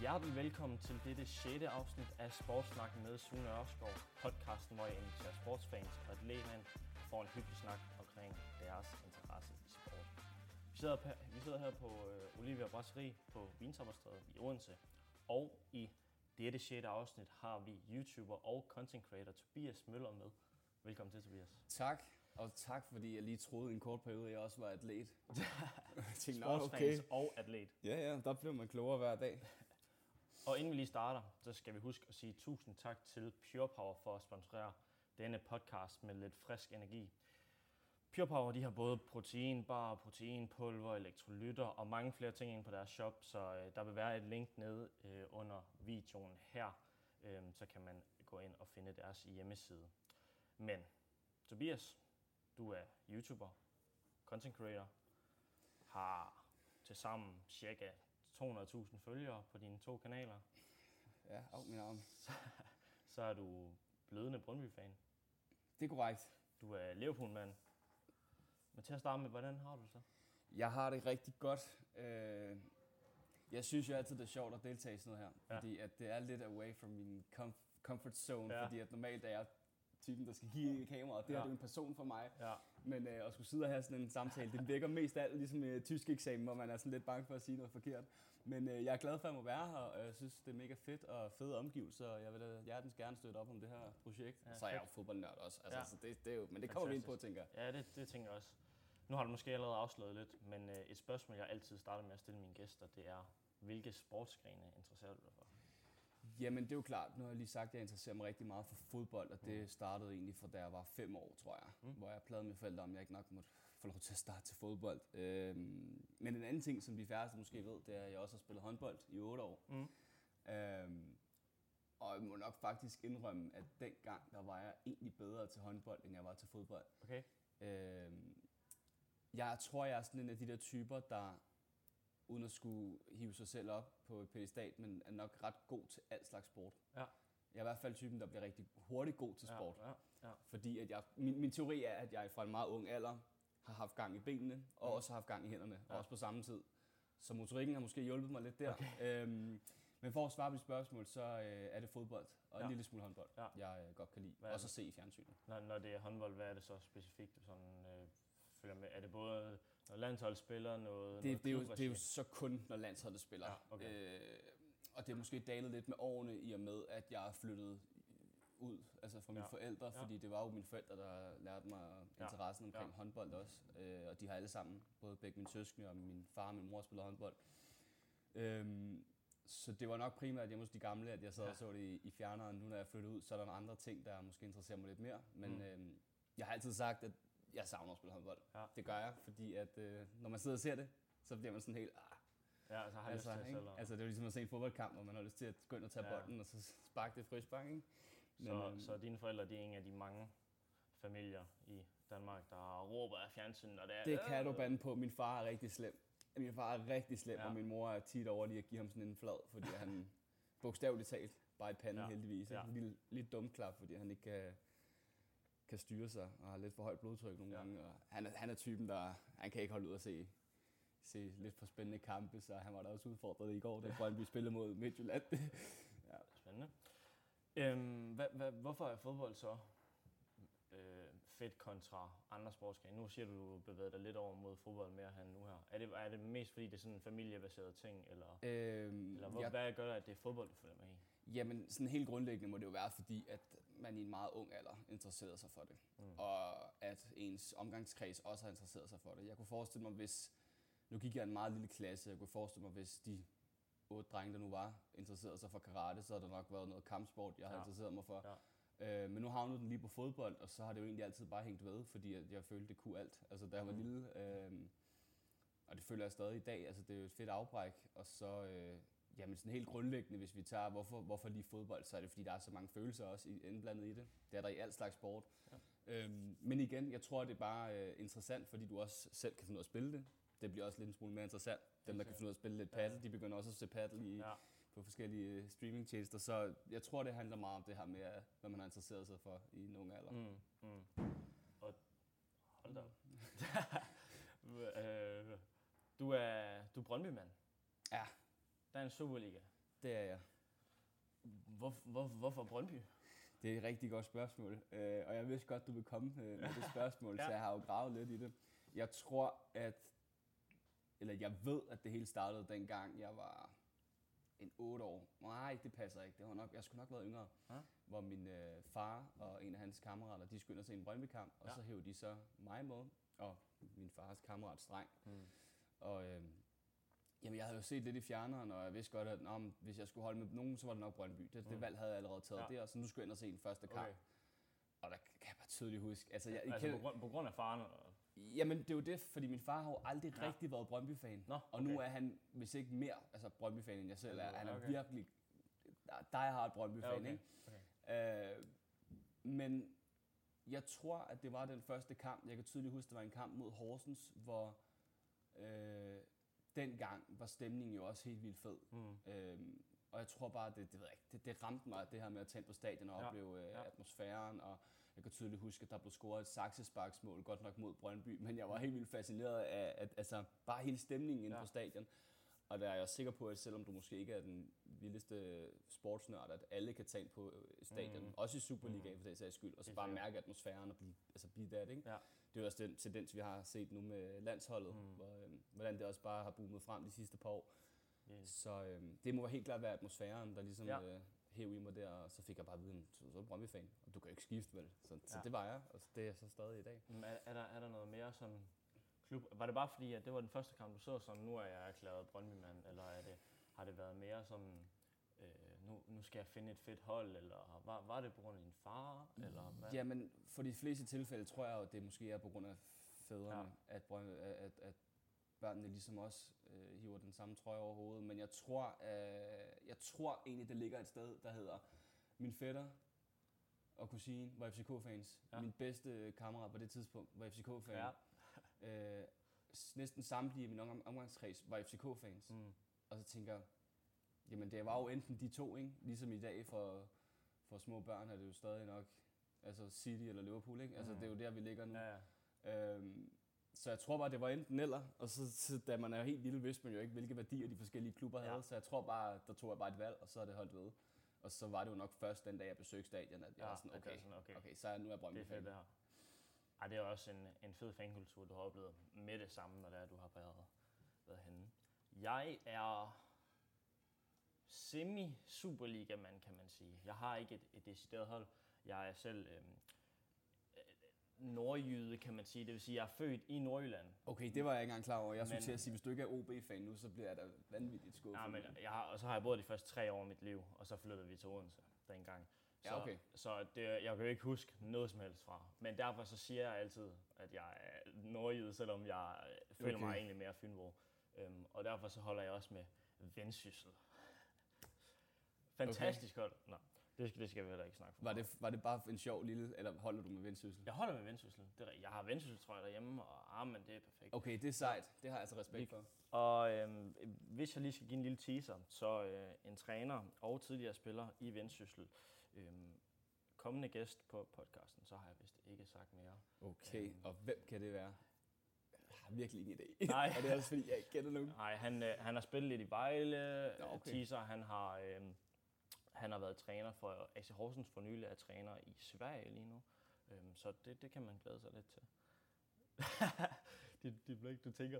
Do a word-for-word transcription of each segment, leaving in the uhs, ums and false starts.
Hjertelig velkommen til dette sjette afsnit af Sportssnak med Sune Ørskov, podcasten, hvor jeg inviterer sportsfans og atletmænd for en hyggelig snak omkring deres interesse i sport. Vi sidder, på, vi sidder her på øh, Olivia Brasserie på Vintopperstræde i Odense, og i dette sjette afsnit har vi YouTuber og content creator Tobias Møller med. Velkommen til, Tobias. Tak, og tak fordi jeg lige troede i en kort periode, at jeg også var atlet. Sportsfans okay. Og atlet. Ja, ja, der bliver man klogere hver dag. Og inden vi lige starter, så skal vi huske at sige tusind tak til Pure Power for at sponsorere denne podcast med lidt frisk energi. Pure Power, de har både proteinbar, proteinpulver, elektrolytter og mange flere ting inde på deres shop, så øh, der vil være et link nede øh, under videoen her, øh, så kan man gå ind og finde deres hjemmeside. Men Tobias, du er YouTuber, content creator, har tilsammen cirka to hundrede tusind følgere på dine to kanaler. Ja, af min arm. Så, så er du blødende Brøndby-fan. Det er korrekt. Du er Liverpool-mand. Men til at starte med, hvordan har du det så? Jeg har det rigtig godt. Jeg synes jo altid, det er sjovt at deltage i sådan noget her. Ja. Fordi at det er lidt away from min comfort zone. Ja. Fordi at normalt er jeg typen, der skal give kameraet. Det ja. Er jo en person for mig. Ja. Men øh, at skulle sidde og have sådan en samtale, det vækker mest af alt ligesom i tysk eksamen, hvor man er sådan lidt bange for at sige noget forkert. Men øh, jeg er glad for, at jeg må være her, og jeg synes, det er mega fedt og fede omgivelser, og jeg vil da hjertens gerne støtte op om det her projekt. Ja, så er jeg jo fodboldnørd også, altså, ja. Så det, det er jo, men det kommer vi ind på, tænker jeg. Ja, det, det tænker jeg også. Nu har du måske allerede afsløret lidt, men øh, et spørgsmål, jeg altid starter med at stille mine gæster, det er, hvilke sportsgrene interesserer du dig for? Jamen det er jo klart, nu har jeg lige sagt, at jeg interesserer mig rigtig meget for fodbold, og det startede egentlig fra da jeg var fem år, tror jeg. Mm. Hvor jeg plagede mine forældre om, jeg ikke nok måtte få lov til at starte til fodbold. Øhm, men en anden ting, som de færreste måske ved, det er, at jeg også har spillet håndbold i otte år. Mm. Øhm, og jeg må nok faktisk indrømme, at dengang, der var jeg egentlig bedre til håndbold, end jeg var til fodbold. Okay. Øhm, jeg tror, jeg er sådan en af de der typer, der uden at skulle hive sig selv op på et pedestal, men er nok ret god til alt slags sport. Ja. Jeg er i hvert fald typen, der bliver rigtig hurtigt god til sport. Ja, ja, ja. Fordi at jeg, min, min teori er, at jeg fra en meget ung alder har haft gang i benene, og mm. også har haft gang i hænderne, ja. Også på samme tid. Så motorikken har måske hjulpet mig lidt der. Okay. Øhm, men for at svare på dit spørgsmål, så øh, er det fodbold og ja. En lille smule håndbold, ja. Jeg øh, godt kan lide. Og så se i fjernsynet. Når, når det er håndbold, hvad er det så specifikt, sådan, øh, følger med? Er det både når landsholdet spiller noget? Det, noget det, er jo, det er jo så kun, når landsholdet spiller. Ja, okay. øh, og det er måske dalet lidt med årene i og med, at jeg er flyttet ud altså fra mine ja. Forældre, fordi ja. Det var jo mine forældre, der lærte mig interessen ja. Omkring ja. Håndbold også. Øh, og de har alle sammen, både begge mine søskende og min far og min mor spiller håndbold. Øh, så det var nok primært hjemme hos de gamle, at jeg sad ja. Og så det i, i fjerneren. Nu når jeg er flyttet ud, så er der nogle andre ting, der måske interesserer mig lidt mere. Men mm. øh, jeg har altid sagt, at jeg savner at spille håndbold. Ja. Det gør jeg, fordi at, øh, når man sidder og ser det, så bliver man sådan helt... Ah. Ja, altså har altså, lyst til selv. Altså det er jo ligesom at se en fodboldkamp, hvor man har lyst til at gå ind og tage ja. Bolden, og så sparke det frispark, ikke? Men, så, øhm, så dine forældre, de er en af de mange familier i Danmark, der råber af fjernsynet, og det er... Det kan du bande på. Min far er rigtig slem. Min far er rigtig slem, ja. Og min mor er tit over lige at give ham sådan en flad, fordi han bogstaveligt talt, bare i panden ja. Heldigvis. Ja. En lille, lidt dumklap, fordi han ikke kan... kan styre sig og har lidt for højt blodtryk nogle ja. Gange. Og han, er, han er typen, der han kan ikke holde ud at se, se lidt for spændende kampe, så han var da også udfordret i går, da Brøndby spillede mod Midtjylland. Ja. Spændende. Øhm, hvad, hvad, hvorfor er fodbold så øh, fedt kontra andre sportsgrene? Nu siger du, du bevæger dig lidt over mod fodbold mere end nu her. Er det, er det mest fordi, det er sådan en familiebaseret ting, eller, øhm, eller hvor, jeg, hvad gør det, at det er fodbold, du følger med i? Jamen, sådan helt grundlæggende må det jo være, fordi at man i en meget ung alder interesserede sig for det. Mm. Og at ens omgangskreds også har interesseret sig for det. Jeg kunne forestille mig, hvis... Nu gik jeg en meget lille klasse. Jeg kunne forestille mig, hvis de otte drenge, der nu var, interesserede sig for karate, så havde der nok været noget kampsport, jeg havde ja. Interesseret mig for. Ja. Øh, men nu havnede den lige på fodbold, og så har det jo egentlig altid bare hængt ved, fordi at jeg følte, det kunne alt. Altså, da jeg var mm. lille... Øh, og det føler jeg stadig i dag. Altså, det er jo et fedt afbræk. Og så... Øh, Jamen sådan helt grundlæggende, hvis vi tager, hvorfor, hvorfor lige fodbold, så er det fordi, der er så mange følelser også indblandet i det. Det er der i alt slags sport. Ja. Øhm, men igen, jeg tror, det er bare øh, interessant, fordi du også selv kan finde ud af at spille det. Det bliver også lidt en smule mere interessant. Dem, der kan finde ud af at spille lidt paddle, de begynder også at se paddle i, ja. På forskellige streamingtjenester. Så jeg tror, det handler meget om det her med, hvad man har interesseret sig for i nogle alder. Mm, mm. Og hold da. du er, du er Brøndby-mand. Ja. Der er en Superliga. Det det er jeg. Hvor, hvor, hvorfor Brøndby? Det er et rigtig godt spørgsmål, øh, og jeg vidste godt, du vil komme øh, med det spørgsmål, ja. Så jeg har jo gravet lidt i det. Jeg tror, at, eller jeg ved, at det hele startede dengang, jeg var en otte år. Nej, det passer ikke. Det var nok, jeg skulle nok været yngre. Ja. Hvor min øh, far og en af hans kammerater, de skulle ind og se en Brøndby-kamp, og ja. Så hævde de så mig med, og min fars kammerat Streng. Mm. Og øh, jamen, jeg havde jo set lidt i fjerneren, og jeg vidste godt, at nå, hvis jeg skulle holde med nogen, så var det nok Brøndby. Det, mm. det valg havde jeg allerede taget ja. Der, så nu skulle jeg ind og se den første kamp. Okay. Og der kan jeg bare tydeligt huske. Altså, jeg, altså kan, på, grund, på grund af faren? Jamen, det er jo det, fordi min far har jo aldrig ja. Rigtig været Brøndby-fan. Nå, okay. Og nu er han, hvis ikke mere, altså Brøndby-fan end jeg selv er. Han er okay. Virkelig dig har et Brøndby-fan, ja, okay. Ikke? Okay. Øh, men jeg tror, at det var den første kamp. Jeg kan tydeligt huske, at det var en kamp mod Horsens, hvor øh, dengang var stemningen jo også helt vildt fed. Mm. Øhm, og jeg tror bare, det, det, ved jeg ikke, det, det ramte mig, det her med at tænde på stadion og ja. Opleve øh, ja. Atmosfæren. Og jeg kan tydeligt huske, at der blev scoret et saksesparksmål, godt nok mod Brøndby, men jeg var helt vildt fascineret af at, altså, bare hele stemningen inde ja. På stadion. Og der er jeg sikker på, at selvom du måske ikke er den vildeste sportsnørd, at alle kan tage ind på stadion, mm. også i Superligaen mm. for det sags skyld, og så bare mærke atmosfæren og blive, altså blive der, ikke? Ja. Det er også den tendens, vi har set nu med landsholdet, mm. hvor, øh, hvordan det også bare har boomet frem de sidste par år. Yes. Så øh, det må helt klart være atmosfæren, der ligesom ja. øh, hæv i mig der, og så fik jeg bare at vide, så, så er du Brøndby-fan, og du kan jo ikke skifte, vel? Så, ja. Så det var jeg, og det er jeg så stadig i dag. Men er, er, der, er der noget mere sådan klub? Var det bare fordi, at det var den første kamp, du så, sådan nu er jeg erklæret Brøndby-mand, eller er det, har det været mere sådan, øh, nu, nu skal jeg finde et fedt hold, eller var, var det på grund af din far, eller hvad? Jamen, for de fleste tilfælde tror jeg, at det måske er på grund af fædrene, ja. at, Brøndby, at, at børnene ligesom også øh, hiver den samme trøje over hovedet, men jeg tror, øh, jeg tror egentlig, det ligger et sted, der hedder min fætter og kusine var F C K-fans. Ja. Min bedste kammerat på det tidspunkt var F C K-fan. Ja. Øh, næsten samtlige i min omgangskreds var F C K-fans. Mm. Og så tænker jeg, jamen det var jo enten de to, ikke? Ligesom i dag for, for små børn er det jo stadig nok altså City eller Liverpool, ikke? Altså mm. det er jo der, vi ligger nu. Ja, ja. Øhm, så jeg tror bare, det var enten eller, og så, så da man er helt lille, vidste man jo ikke, hvilke værdier de forskellige klubber ja. Havde. Så jeg tror bare, der tog jeg bare et valg, og så er det holdt ved. Og så var det jo nok først den dag, jeg besøgte stadion, at jeg ja, var sådan, okay, sådan, okay. okay, så er jeg nu er Brøndby. Det er fedt, det her. Ej, det er også en, en fed fankultur, du har oplevet med det samme, når det er, du har været, været henne. Jeg er semi-Superliga-mand, kan man sige. Jeg har ikke et, et decideret hold. Jeg er selv øhm, nordjyde, kan man sige. Det vil sige, jeg er født i Nordjylland. Okay, det var jeg ikke engang klar over. Jeg skulle til at sige, hvis du ikke er O B-fan nu, så bliver jeg da vanvittigt skuffet. Ja, men jeg har, og så har jeg boet de første tre år af mit liv, og så flyttede vi til Odense dengang. Så, ja, okay. Så det, jeg kan jo ikke huske noget som helst fra. Men derfor så siger jeg altid, at jeg er nordjyde, selvom jeg føler okay. mig egentlig mere fynbo. Øhm, og derfor så holder jeg også med Vendsyssel. Fantastisk okay. hold. Nå, det skal, det skal vi heller ikke snakke for. Var det, var det bare en sjov lille, eller holder du med Vendsyssel? Jeg holder med Vendsyssel. Jeg har Vendsyssel, tror jeg, derhjemme, og ah, men det er perfekt. Okay, det er sejt. Det har jeg altså respekt for. Og øhm, hvis jeg lige skal give en lille teaser, så øh, en træner og tidligere spiller i Vendsyssel, øhm, kommende gæst på podcasten, så har jeg vist ikke sagt mere. Okay, øhm, og hvem kan det være? Jeg har virkelig ingen idé. Nej. Og det er også fordi, jeg ikke kender nogen. Nej, han, øh, han har spillet lidt i Vejle. Nå, okay. Teaser, han har... Øh, Han har været træner for A C Horsens, for nylig er træner i Sverige lige nu. Øhm, så det, det kan man glæde sig lidt til. det, det bliver ikke, du tænker.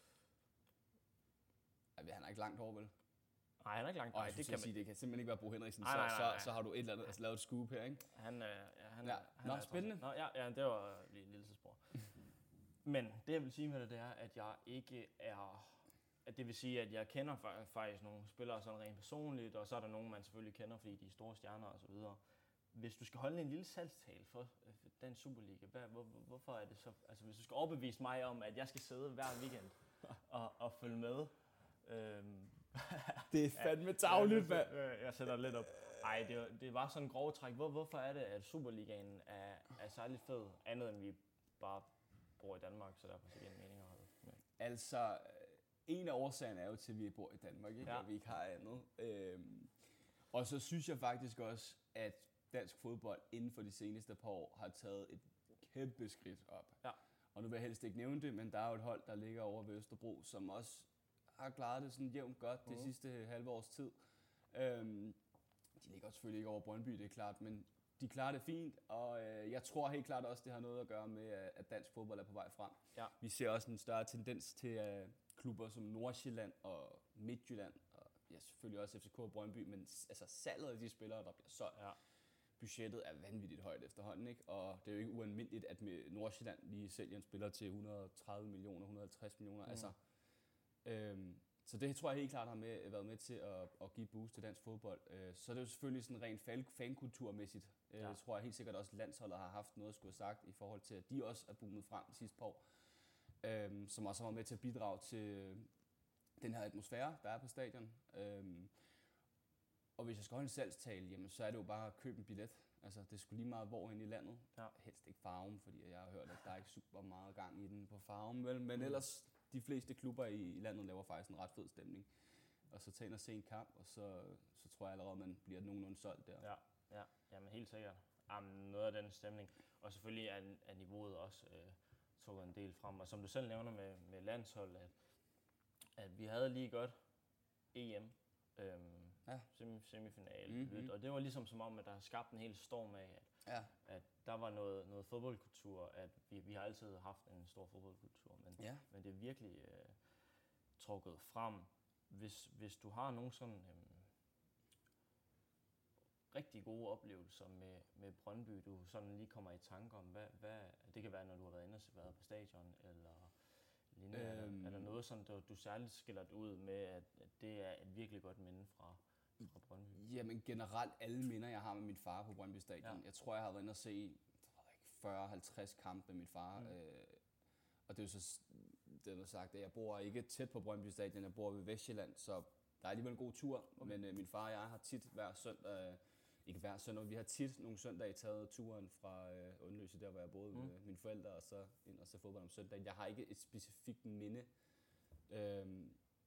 Ja, han er ikke langt over, vel? Nej, han er ikke langt over. Det kan sige, det kan simpelthen ikke være Bo Henriksen. Nej, nej, nej, nej. Så, så har du et eller andet, altså lavet et scoop her, ikke? Han, øh, ja, han, ja. han Nå, er spændende. Nå, ja, ja, det var lige en lille spor. Men det, jeg vil sige med det, det er, at jeg ikke er... At det vil sige, at jeg kender faktisk nogle spillere sådan rent personligt, og så er der nogen, man selvfølgelig kender, fordi de er store stjerner og så videre. Hvis du skal holde en lille salgstale for, for den Superliga, hvad, hvor, hvorfor er det så... Altså, hvis du skal overbevise mig om, at jeg skal sidde hver weekend og, og følge med... Øhm, det er fandme tavligt, mand. Jeg sætter lidt op. Ej, det, det var sådan en grov træk. Hvor, hvorfor er det, at Superligaen er, er særligt fed, andet end vi bare bor i Danmark, så derfor er det en mening at holde med? Altså... En af årsagerne er jo til, at vi bor i Danmark, ikke? Ja. Og vi ikke har andet. Øhm, og så synes jeg faktisk også, at dansk fodbold inden for de seneste par år har taget et kæmpe skridt op. Ja. Og nu vil jeg helst ikke nævne det, men der er jo et hold, der ligger over ved Østerbro, som også har klaret det sådan jævnt godt mm. det sidste halve års tid. Øhm, de ligger selvfølgelig ikke over Brøndby, det er klart, men de klarer det fint, og øh, jeg tror helt klart også, det har noget at gøre med, at dansk fodbold er på vej frem. Ja. Vi ser også en større tendens til øh, klubber som Nordsjælland og Midtjylland, og ja, selvfølgelig også F C K og Brøndby, men altså salget af de spillere, der bliver solgt, Ja. budgettet er vanvittigt højt efterhånden, ikke? Og det er jo ikke ualmindeligt, at med Nordsjælland lige sælger en spiller til et hundrede og tredive millioner, et hundrede og halvtreds millioner. Mm. Altså, øhm, så det tror jeg helt klart har med, været med til at, at give boost til dansk fodbold. Øh, så det er jo selvfølgelig sådan rent fan, fankulturmæssigt. Øh, Ja. Jeg tror jeg helt sikkert også, at landsholdet har haft noget at skulle have sagt i forhold til, at de også er boomet frem de sidste par år. Øhm, som også var med til at bidrage til den her atmosfære, der er på stadion. Øhm, og hvis jeg skal holde en salgstale, jamen, så er det jo bare at købe en billet. Altså, det skulle lige meget hvor hen i landet. Ja. Helst ikke Farum, fordi jeg har hørt, at der er ikke super meget gang i den på Farum. Vel? Men mm. ellers, de fleste klubber i, i landet laver faktisk en ret fed stemning. Og så tage ind og se en kamp, og så, så tror jeg allerede, man bliver nogenlunde solgt der. Ja, ja. Jamen helt sikkert. Jamen, noget af den stemning. Og selvfølgelig er, er niveauet også øh, trukket en del frem. Og som du selv nævner med, med landshold, at, at vi havde lige godt E M. Øhm, Ja. Sem, semifinale. Mm-hmm. Og det var ligesom som om, at der har skabt en hel storm af, at, Ja. at der var noget, noget fodboldkultur, at vi, vi har altid haft en stor fodboldkultur, men, Ja. men det er virkelig øh, trukket frem. Hvis, hvis du har nogle sådan øh, rigtig gode oplevelser med, med Brøndby, du sådan lige kommer i tanke om, hvad, hvad, det kan være, når du har været inde og været på stadion, eller lignende. Øhm. Er der noget, sådan, du, du særligt skiller dig ud med, at, at det er et virkelig godt minde fra, fra Brøndby? Jamen generelt alle minder, jeg har med min far på Brøndby Stadion. Ja. Jeg tror, jeg har været inde og se fyrre halvtreds kampe med min far. Mm. Øh, og det er jo så det er sagt, at jeg bor ikke tæt på Brøndby Stadion, jeg bor ved Vestjylland, så der er alligevel en god tur. Okay. Men øh, min far og jeg har tit hver søndag, ikke hver søndag, vi har tit nogle søndage taget turen fra øh, Undløse, der hvor jeg boede mm. med mine forældre, og så ind og se fodbold om søndagen. Jeg har ikke et specifikt minde øh,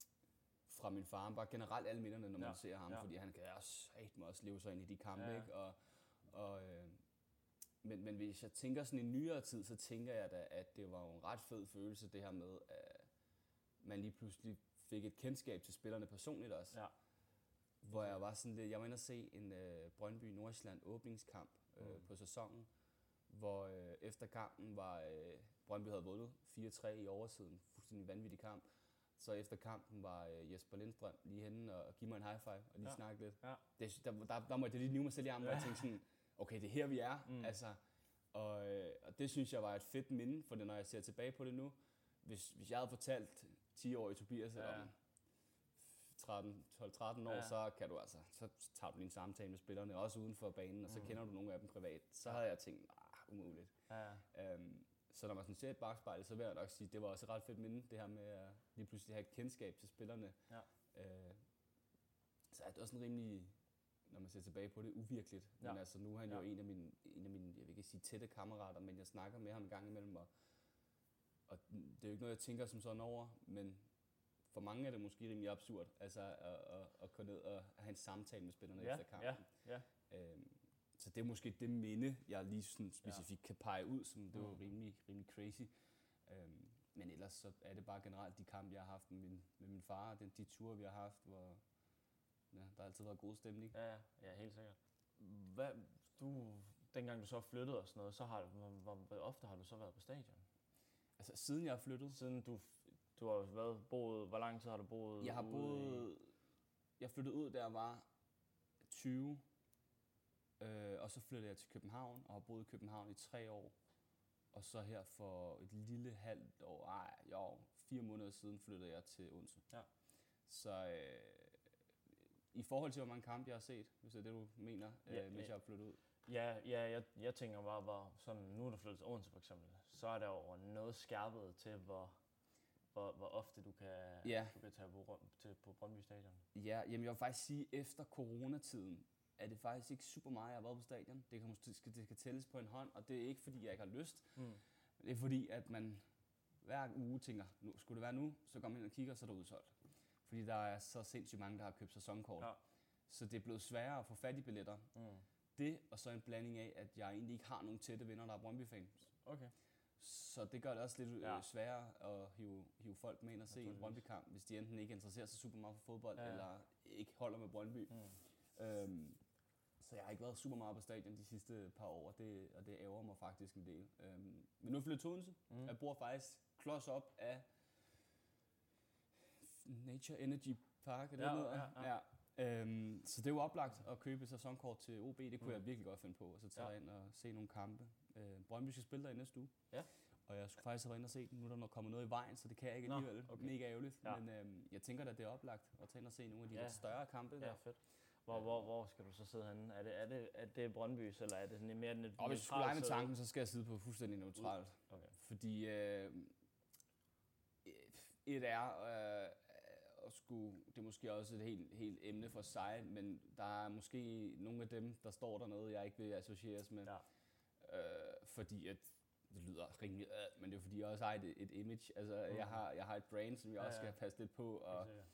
fra min far, bare generelt alle minderne, når man ja. ser ham, ja. fordi han kan også, også leve sig ind i de kampe, ja. ikke? Og, og, øh, men, men hvis jeg tænker sådan i nyere tid, så tænker jeg da, at det var en ret fed følelse, det her med, at man lige pludselig fik et kendskab til spillerne personligt også. Ja. Hvor jeg var sådan lidt, jeg var inde og se en øh, Brøndby-Nordsjælland åbningskamp øh, mm. på sæsonen, hvor øh, efter kampen var, øh, Brøndby havde vundet fire tre i oversiden, fuldstændig vanvittig kamp. Så efter kampen var øh, Jesper Lindstrøm lige henne og give mig en high five og lige ja. snakke lidt. Ja. Det, der, der, der måtte jeg lige nive mig selv i armen, ja. og tænke sådan, okay, det er her vi er. Mm. Altså, og, øh, og det synes jeg var et fedt minde, for det, når jeg ser tilbage på det nu. Hvis, hvis jeg havde fortalt ti-årige Tobias ja. om tretten, tolv tretten år, ja. så kan du altså, så tager du din samtale med spillerne, også uden for banen, og så mm. kender du nogle af dem privat. Så havde jeg tænkt, ah, umuligt. Ja. Øhm, så når man sådan ser et bagspejl, så vil jeg nok sige, det var også et ret fedt minde, det her med at lige pludselig have et kendskab til spillerne. Ja. Øh, så er det også en rimelig, når man ser tilbage på det, uvirkeligt. Ja. Men altså, nu er han ja. jo en af mine, en af mine, jeg vil ikke sige tætte kammerater, men jeg snakker med ham en gang imellem, og, og det er jo ikke noget, jeg tænker som sådan over, men for mange er det måske rimelig absurd, altså at, at, at gå ned og have en samtale med spillerne ja. efter kampen. Ja. Ja. Øhm, så det er måske det minde, jeg lige sådan specifikt ja. kan pege ud, som det var mm. rimelig, rimelig crazy. Øhm, men ellers så er det bare generelt de kampe, jeg har haft med min, med min far, den, de ture, vi har haft, hvor ja, der har altid været god stemning. Ja, ja, ja, helt sikkert. Hvad, du, dengang du så flyttede og sådan noget, så har, hvor, hvor ofte har du så været på stadion? Altså siden jeg har flyttet? Siden du, du har været, boet, hvor lang tid har du boet? Jeg har boet, i? jeg flyttede ud, da jeg var tyve, øh, og så flyttede jeg til København, og har boet i København i tre år. Og så her for et lille halvt år, ej, jo, fire måneder siden flyttede jeg til Odense. Ja. Så øh, i forhold til, hvor mange kampe jeg har set, hvis det er det, du mener, ja, øh, mens jeg har flyttet ud? Ja, ja jeg, jeg tænker bare, hvor sådan, nu er du flyttet til Odense for eksempel, så er der jo noget skærpet til, hvor, hvor, hvor ofte du kan, ja. du kan tage på, til, på Brøndby Stadion. Ja, jamen jeg vil faktisk sige, efter coronatiden er det faktisk ikke super meget, jeg har været på stadion. Det kan, det skal, det skal tælles på en hånd, og det er ikke, fordi jeg ikke har lyst. Mm. Det er fordi, at man hver uge tænker, nu skulle det være nu, så går man ind og kigger, så er det udsolgt. Fordi der er så sindssygt mange, der har købt sæsonkort. Ja. Så det er blevet sværere at få fat i billetter. Mm. Det, og så en blanding af, at jeg egentlig ikke har nogen tætte venner, der er Brøndby-fans. Okay. Så det gør det også lidt Ja. ja. sværere at hive, hive folk med ind og se en Brøndby-kamp, hvis de enten ikke interesserer sig super meget for fodbold, Ja, ja. eller ikke holder med Brøndby. Mm. Øhm, så jeg har ikke været super meget på stadion de sidste par år, og det, og det ærger mig faktisk en del. Øhm, men nu er jeg flyttet til Odense. Mm. Jeg bor faktisk klods op af Nature Energy Park, er det Ja, noget? ja, ja. ja. Øhm, så det er jo oplagt at købe et sæsonkort til O B. Det kunne Mm. jeg virkelig godt finde på. Og så tage Ja. ja. ind og se nogle kampe. Øh, Brøndby skal spille der i næste uge. Ja. Og jeg skulle faktisk have været inde og se den. Nu er der nok kommet noget i vejen, så det kan jeg ikke Nå, alligevel. okay. Mega ærgerligt. Ja. Men øhm, jeg tænker at det er oplagt at tage ind og se nogle af de Ja. lidt større kampe. Ja, Der. fedt. Hvor, hvor, hvor skal du så sidde henne? Er det, er det, er det Brøndbys, eller er det sådan mere net, Og hvis du skulle lege med tanken, så skal jeg sidde på fuldstændig neutralt. Okay. Fordi øh, et er øh, at skulle, det er måske også et helt, helt emne for sig, men der er måske nogle af dem, der står dernede, jeg ikke vil associeres med. Ja. Øh, fordi at, det lyder rimelig, øh, men det er fordi, jeg også har et, et image. Altså, mm. jeg, har, jeg har et brand, som jeg Ja, også ja. skal passe lidt på. Og Helt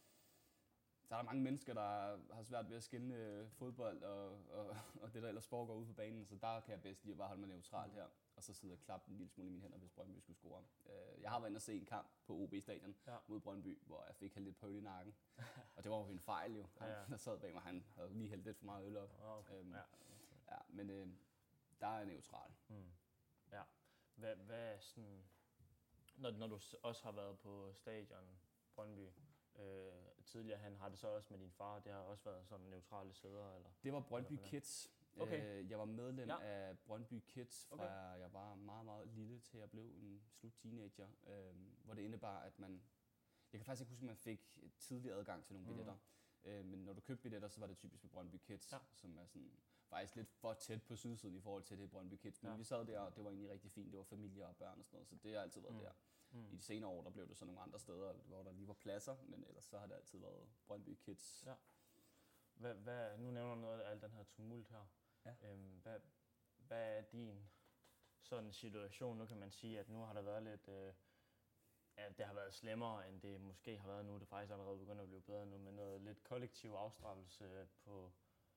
så er der mange mennesker, der har svært ved at skille fodbold og, og, og det, der ellers foregår ude på banen. Så der kan jeg bedst lige at bare holde mig neutralt her, og så sidde og klappe en lille smule i mine hænder, hvis Brøndby skulle score. Øh, jeg har været inde og se en kamp på O B-stadion Ja. mod Brøndby, hvor jeg fik hældt lidt på øl i nakken. Og det var jo en fejl jo. Han, Ja, ja. der sad bag mig, han havde lige hældt lidt for meget øl op. Ah, okay. Øhm, Ja. Ja, men øh, der er jeg neutral. Mm. Ja. Hvad, hvad er sådan, når, når du s- også har været på stadion Brøndby øh, tidligere, han har det så også med din far, det har også været sådan neutrale sæder, eller? Det var Brøndby Eller hvordan? Kids. Okay. Øh, jeg var medlem Ja. af Brøndby Kids fra Okay. jeg var meget, meget lille til jeg blev en slut teenager, øh, hvor det indebar, at man... Jeg kan faktisk ikke huske, at man fik tidlig adgang til nogle Mm. billetter. Øh, men når du købte billetter, så var det typisk med Brøndby Kids, Ja. som er sådan faktisk lidt for tæt på sydsiden i forhold til det Brøndby Kids. Men Ja. vi sad der, og det var egentlig rigtig fint. Det var familie og børn og sådan noget, så det har altid været Mm. der. Mm. I de senere år, der blev det så nogle andre steder, hvor der lige var pladser, men ellers så har det altid været Brøndby Kids. Ja. Hvad, hvad, nu nævner du noget af al den her tumult her. Ja. Øhm, hvad, hvad er din sådan situation? Nu kan man sige, at nu har der været lidt... Øh, ja, det har været slemmere, end det måske har været nu. Det er faktisk allerede begyndt at blive bedre nu, med noget lidt kollektiv afstraffelse på,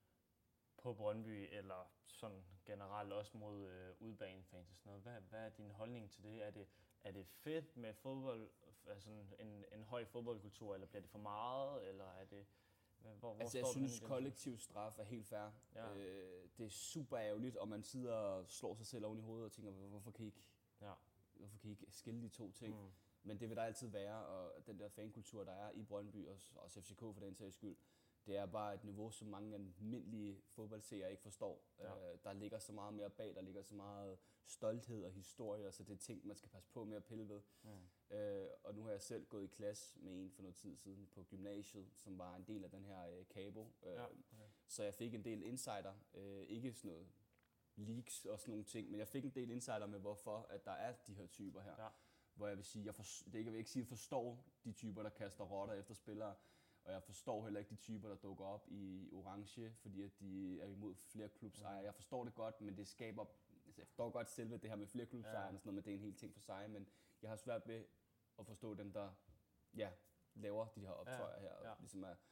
på Brøndby, eller sådan generelt også mod øh, udbanefans og sådan noget. Hvad, hvad er din holdning til det? Er det, er det fedt med fodbold, altså en, en høj fodboldkultur, eller bliver det for meget, eller er det... Hvor, hvor Altså jeg står du henne synes, i den? kollektiv straf er helt fair. Ja. Øh, det er super ærgerligt, og man sidder og slår sig selv oven i hovedet og tænker, hvorfor kan I ikke, Ja. hvorfor kan I ikke skille de to ting? Mm. Men det vil der altid være, og den der fankultur, der er i Brøndby, og også F C K for den sags skyld, det er bare et niveau, som mange almindelige fodboldseere ikke forstår. Ja. Øh, der ligger så meget mere bag, der ligger så meget stolthed og historie, så det er ting, man skal passe på med at pille ved. Mm. Øh, og nu har jeg selv gået i klasse med en for noget tid siden på gymnasiet, som var en del af den her øh, Cabo. Øh, Ja, okay. Så jeg fik en del insider, øh, ikke sådan noget leaks og sådan nogle ting, men jeg fik en del insider med, hvorfor at der er de her typer her. Ja. Hvor jeg vil sige, jeg, for, det ikke, jeg vil ikke sige, at jeg forstår de typer, der kaster rotter efter spillere, og jeg forstår heller ikke de typer, der dukker op i orange, fordi at de er imod flere klubsejere. Mm. Jeg forstår det godt, men det skaber... Altså jeg forstår godt selve det her med flere klubsejere Ja. og sådan noget, men det er en hel ting for sig, men jeg har svært ved at forstå dem, der ja, laver de her optøjer her, og ja. ligesom er,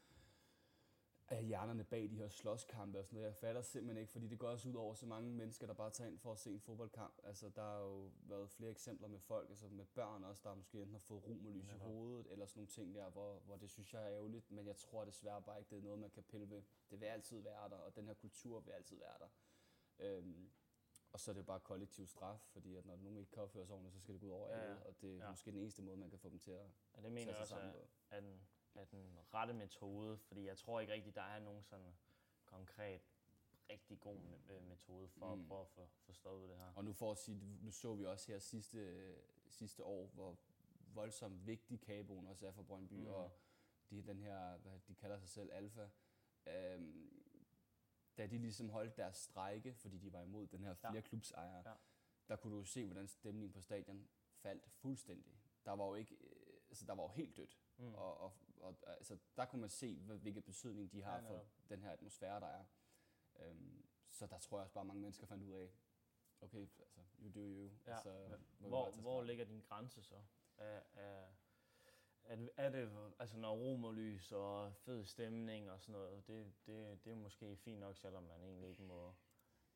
er hjernerne bag de her slåskampe og sådan noget. Jeg fatter simpelthen ikke, fordi det går også ud over så mange mennesker, der bare tager ind for at se en fodboldkamp. Altså, der har jo været flere eksempler med folk, altså med børn også, der måske enten har fået romerlys i Netop. hovedet, eller sådan nogle ting der, hvor, hvor det synes jeg er ærgerligt, men jeg tror desværre bare ikke, det er noget, man kan pille ved. Det vil altid være der, og den her kultur vil altid være der. Øhm, og så er det bare kollektiv straf, fordi at når nogen ikke kan opføre sig ordentligt, så skal det gå ud over Ja, alle, ja. og det er Ja. måske den eneste måde, man kan få dem til at Ja, det mener tage jeg sig også sammen er, på. er, den, er den rette metode, fordi jeg tror ikke rigtig, der er nogen sådan konkret rigtig god me- øh, metode for Mm. at prøve at få, få stoppet det her. Og nu for at sige, nu så vi også her sidste, sidste år, hvor voldsomt vigtig Caboen også er for Brøndby, Mm. mm. og de, den her, hvad de kalder sig selv, Alfa, øhm, da de ligesom holdt deres strejke, fordi de var imod den her Ja. flere klubsejere, Ja. der kunne du se, hvordan stemningen på stadion faldt fuldstændig. Der var jo ikke, øh, altså der var jo helt dødt, Mm. og, og, og altså, der kunne man se, hvad- hvilken betydning de har Ja, for netop. den her atmosfære, der er. Øhm, så der tror jeg også bare, mange mennesker fandt ud af, okay, altså, you do you. Ja. Altså, må vi Hvor, bare tage hvor straf. ligger din grænse så? Er, er, er, det, er det, altså når romerlys og fed stemning og sådan noget, det, det, det er måske fint nok, selvom man egentlig ikke må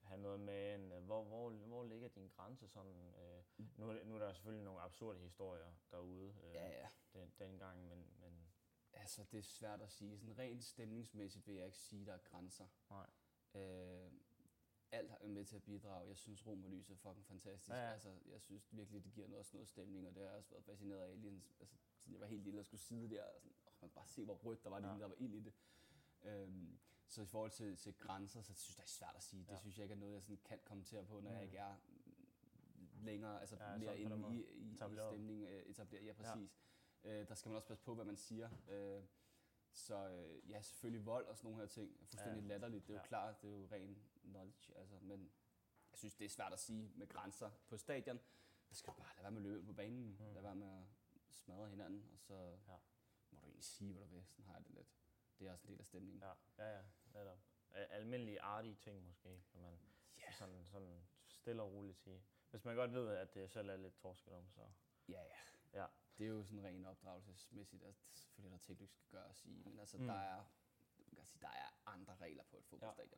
have noget med, en, hvor, hvor, hvor ligger din grænse sådan? Øh, Mm. nu, er- nu er der selvfølgelig nogle absurde historier derude øh, Ja, ja. den, dengang, men, men Altså, det er svært at sige. Sådan rent stemningsmæssigt vil jeg ikke sige, der er grænser. nej. Øh, alt er med til at bidrage. Jeg synes, Romerlys er fucking fantastisk. Ja, ja. Altså, jeg synes virkelig, det giver noget, også noget stemning, og det har jeg også været fascineret af. Lige, altså, siden jeg var helt lille og skulle sidde der, og sådan, åh, man kan bare se, hvor rødt der var, Ja. ja. der var ild i det. Øhm, så i forhold til, til grænser, så synes jeg, det er svært at sige. Det Ja. synes jeg ikke er noget, jeg sådan kan kommentere på, når Mm. jeg ikke er længere, altså Ja, ja, mere sådan på den inde måde. i, i, i Etableret. stemningen, øh, etableret. Ja, præcis. Ja. Øh, der skal man også passe på, hvad man siger. Øh, så øh, ja, selvfølgelig vold og sådan nogle her ting er fuldstændig Ja. latterligt. Det er jo Ja. klart, det er jo ren knowledge, altså, men jeg synes, det er svært at sige med grænser på stadion. Der skal du bare lade være med at løbe på banen, Mm. lade være med at smadre hinanden, og så Ja. må du egentlig sige, hvad du vil. Sådan har jeg det lidt. Det er også en del af stemningen. Ja, ja, ja, netop. Al- Almindelige artige ting måske, kan man Ja. sådan, sådan stille og roligt sige. Hvis man godt ved, at det selv er lidt torsket om, så Ja, ja. ja. Det er jo sådan rent opdragelsesmæssigt, at selvfølgelig er der ting, du ikke skal gøre og sige, men altså, Mm. mm. der er, man kan sige, der er andre regler på et fodboldstadion.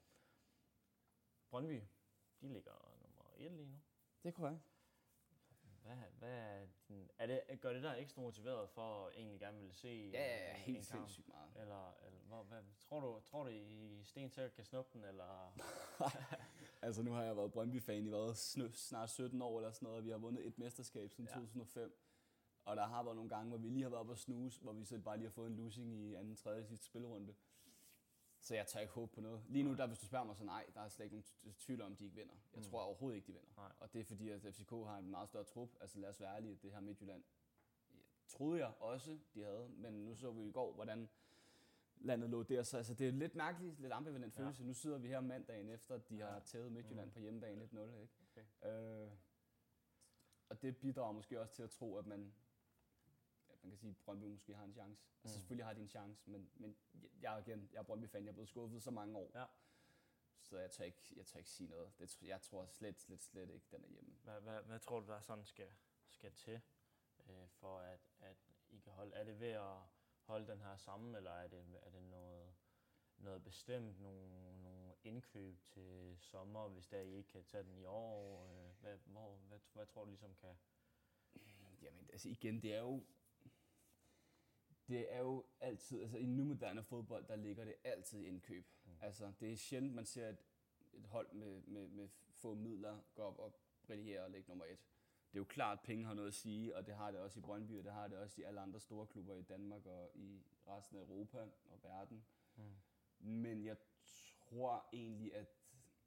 Brøndby, de ligger nummer et lige nu. Det er korrekt. Hvad, hvad er, din, er det, gør det dig ekstra motiveret for at egentlig gerne vil se Ja, ja, ja, en- helt en kamp? sindssygt meget. Eller, eller hvor, hvad, tror du, tror du I stensikkert kan snuppe den, eller? Altså, nu har jeg været Brøndby-fan i hvad, snø, snart sytten år eller sådan noget, og vi har vundet et mesterskab siden Ja. to tusind og fem. Og der har været nogle gange, hvor vi lige har været oppe og snuse, hvor vi så bare lige har fået en losing i anden, tredje, sidste spillerunde. Så jeg tør ikke håbe på noget. Lige nu, der, hvis du spørger mig, så nej, der er slet ikke nogen t- tvivl om, de ikke vinder. Jeg Mm. tror overhovedet ikke, de vinder. Nej. Og det er fordi, at F C K har en meget større trup. Altså lad os være ærlige, at det her Midtjylland, ja, troede jeg også, de havde. Men nu så vi i går, hvordan landet lå der. Så altså, det er lidt mærkeligt, lidt ambivalent Ja. følelse. Nu sidder vi her mandagen efter, at de Ja. har tævet Midtjylland Mm. på hjemmebane lidt nul. Ikke? Okay. Øh, og det bidrager måske også til at tro, at man, at man kan sige, at Brøndby måske har en chance. Altså Mm. selvfølgelig har de en chance, men, men jeg er igen, jeg er Brøndby-fan, jeg er blevet skuffet så mange år. Ja. Så jeg tør ikke, jeg tør ikke sige noget. Det, tr- jeg tror slet, slet, slet ikke, den er hjemme. Hvad, hvad, hvad tror du, der sådan skal, skal til, øh, for at, at I kan holde? Er det ved at holde den her sammen, eller er det, er det noget, noget bestemt, nogle, nogle indkøb til sommer, hvis der I ikke kan tage den i år? Øh, hvad, hvor, hvad, hvad tror du ligesom kan? Jamen, altså igen, det er jo... Det er jo altid, altså i nu moderne fodbold, der ligger det altid i indkøb. Mm. Mm. Altså, det er sjældent, man ser et, et hold med, med, med få midler gå op og brillere og lægge nummer et. Det er jo klart, at penge har noget at sige, og det har det også i Brøndby, og det har det også i alle andre store klubber i Danmark og i resten af Europa og verden. Mm. Men jeg tror egentlig, at...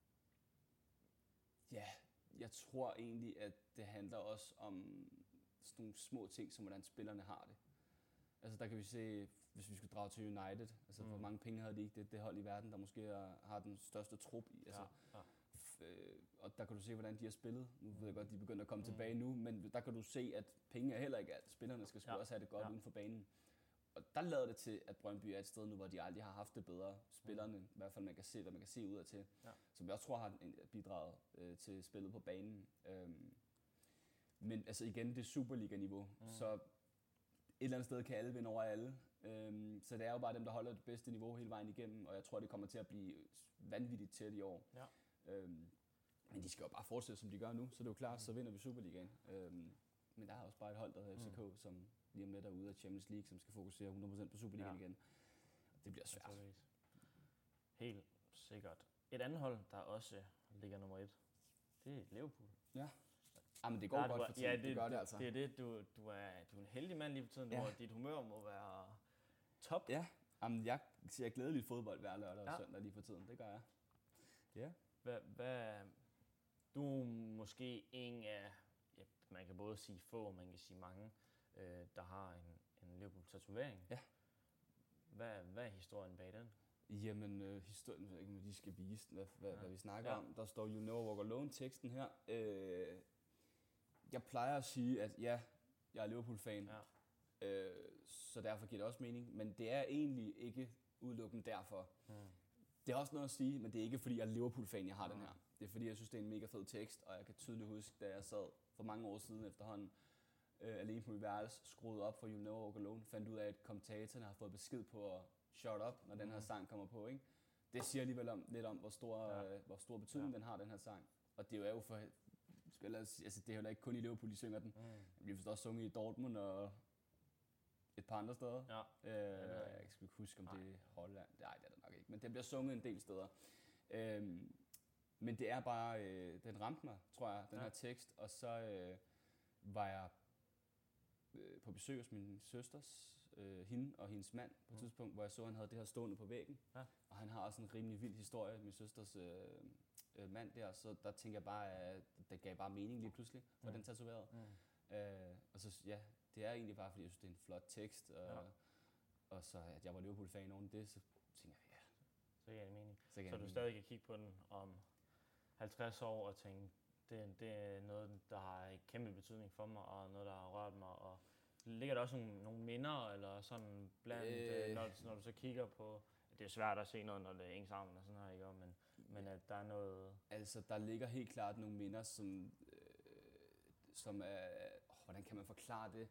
Ja, jeg tror egentlig, at det handler også om sådan nogle små ting, som hvordan spillerne har det. Altså der kan vi se, hvis vi skulle drage til United, altså mm. hvor Mm. mange penge havde de ikke, det, det hold i verden, der måske er, har den største trup i. Altså, Ja, ja. f- øh, og der kan du se, hvordan de har spillet. Nu ved jeg godt, de er begyndt at komme Mm. mm. tilbage nu, men der kan du se, at penge er heller ikke alt. Spillerne skal sgu Ja. også have det godt Ja. uden for banen. Og der lader det til, at Brøndby er et sted nu, hvor de aldrig har haft det bedre. Spillerne, i hvert fald man kan se, hvad man kan se ud af til. Ja. Som jeg også tror har en- bidraget øh, til spillet på banen. Øhm, men altså igen, det er Superliga-niveau, Mm. mm. så et eller andet sted kan alle vinde over alle. Øhm, så det er jo bare dem, der holder det bedste niveau hele vejen igennem, og jeg tror, det kommer til at blive vanvittigt tæt i år. Ja. Øhm, men de skal jo bare fortsætte, som de gør nu, så det er jo klart, Mm. så vinder vi Superligaen. Øhm, men der er også bare et hold, der hedder F C K, Mm. som lige om lidt er ude af Champions League, som skal fokusere hundrede procent på Superligaen Ja. igen. Det bliver svært. Naturligvis. Helt sikkert. Et andet hold, der også ligger nummer et, det er Liverpool. Ja. Ah, men det går Der er godt du- for tiden. Ja, det, det gør det altså. Det er det, du, du, er, du er en heldig mand lige for tiden, Ja. hvor dit humør må være top. Ja, jamen, jeg ser glædeligt fodbold hver lørdag og Ja. søndag lige for tiden. Det gør jeg. Ja. Hvad, hvad, du er måske en af, ja, man kan både sige få, man kan sige mange, øh, der har en, en Liverpool-tatovering. Ja. Hvad, hvad er historien bag den? Jamen, øh, historien, jeg ved ikke, om de skal vise, hvad, hvad, Ja. ja. hvad vi snakker Ja. ja. om. Der står You Know Walk Alone, teksten her. Øh, jeg plejer at sige, at ja, jeg er Liverpool-fan, Ja. øh, så derfor giver det også mening. Men det er egentlig ikke udelukkende derfor. Hmm. Det er også noget at sige, men det er ikke, fordi jeg er Liverpool-fan, jeg har den Mm. her. Det er, fordi jeg synes, det er en mega fed tekst, og jeg kan tydeligt huske, da jeg sad for mange år siden efterhånden, øh, alene på mit værelse, skruede op for You Know Walk Alone, fandt ud af, at kommentatorerne har fået besked på at shut up, når den her Mm. sang kommer på, ikke? det siger alligevel om, lidt om, hvor stor, Ja. øh, hvor stor betydning Ja. den har, den her sang. Og det er jo for spiller, altså det er jo ikke kun i Liverpool, de synger den. Mm. Den bliver vist også sunget i Dortmund og et par andre steder. Ja. Øh, jeg skal ikke huske, om Nej. det er Holland. Nej, det er det nok ikke. Men den bliver sunget en del steder. Øhm, men det er bare, øh, den ramte mig, tror jeg, den Ja. her tekst. Og så øh, var jeg øh, på besøg hos min søsters, øh, hende og hendes mand, på et Mm. tidspunkt, hvor jeg så, at han havde det her stående på væggen. Ja. Og han har også en rimelig vild historie, min søsters øh, øh, mand der. Så der tænker jeg bare, at det gav bare mening lige pludselig, hvor Mm. den tatoveret. Mm. Øh, og så, ja, det er egentlig bare, fordi jeg synes, det er en flot tekst. Og, Ja. og så, at jeg var Liverpool-fan oven det, så tænker jeg, ja, Så giver det mening. så kan Så jeg du stadig kan kigge på den om halvtreds år og tænke, det, det er noget, der har en kæmpe betydning for mig, og noget, der har rørt mig. Og ligger der også nogle, nogle minder, eller sådan blandt, øh. Øh. når, når du så kigger på, det er svært at se noget, når det er ens sammen og sådan her, ikke? Men, men at der er noget... Altså, der ligger helt klart nogle minder, som, øh, som er... Åh, hvordan kan man forklare det?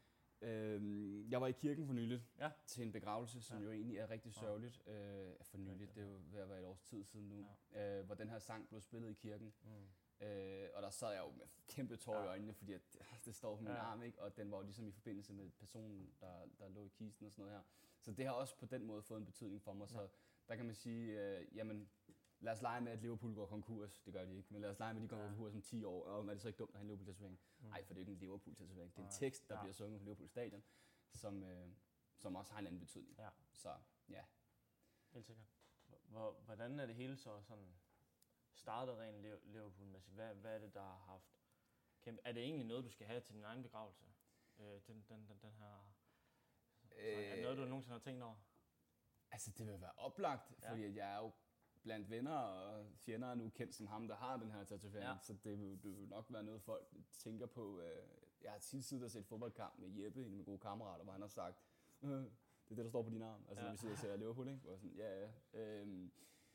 Øh, jeg var i kirken for nyligt Ja. til en begravelse, som Ja. jo egentlig er rigtig sørgeligt. Øh, for nyligt, det er jo ved at være et års tid siden nu. Ja. Øh, hvor den her sang blev spillet i kirken. Mm. Øh, og der sad jeg jo med kæmpe tårer Ja. i øjnene, fordi at, det står på min Ja. arm, ikke? Og den var jo ligesom i forbindelse med personen, der, der lå i kisten og sådan noget her. Så det har også på den måde fået en betydning for mig. Så Ja. der kan man sige, øh, jamen, lad os lege med, at Liverpool går konkurs. Det gør de ikke. Men lad os lege med, at de går Ja. konkurs om ti år. Og er det så ikke dumt at have en Liverpool-tatovering? Mm. Nej, for det er jo ikke en Liverpool-tatovering. Det er en Nej. tekst, der Ja. bliver sunget på Liverpool Stadion, som, øh, som også har en anden betydning. Ja. Så ja. Helt sikkert. Hvor, hvordan er det hele så sådan startet rent Liv- Liverpool-mæssigt? Hvad, hvad er det, der har haft kæmpe... Er det egentlig noget, du skal have til din egen begravelse? Øh, den, den, den, den her... Øh, er det noget, du nogensinde har tænkt over? Altså, det vil være oplagt, Ja. fordi at jeg er jo blandt venner og fjender nu kendt som ham, der har den her tatovering. Ja. Så det vil, det vil nok være noget, folk tænker på. Øh, Jeg har tit siddet og set fodboldkamp med Jeppe, en af mine gode kammerater, hvor han har sagt, øh, det er det, der står på din arm. Altså, Ja. når vi sidder og ser Liverpool, ikke? Hvor jeg sådan, ja, ja. Øhm,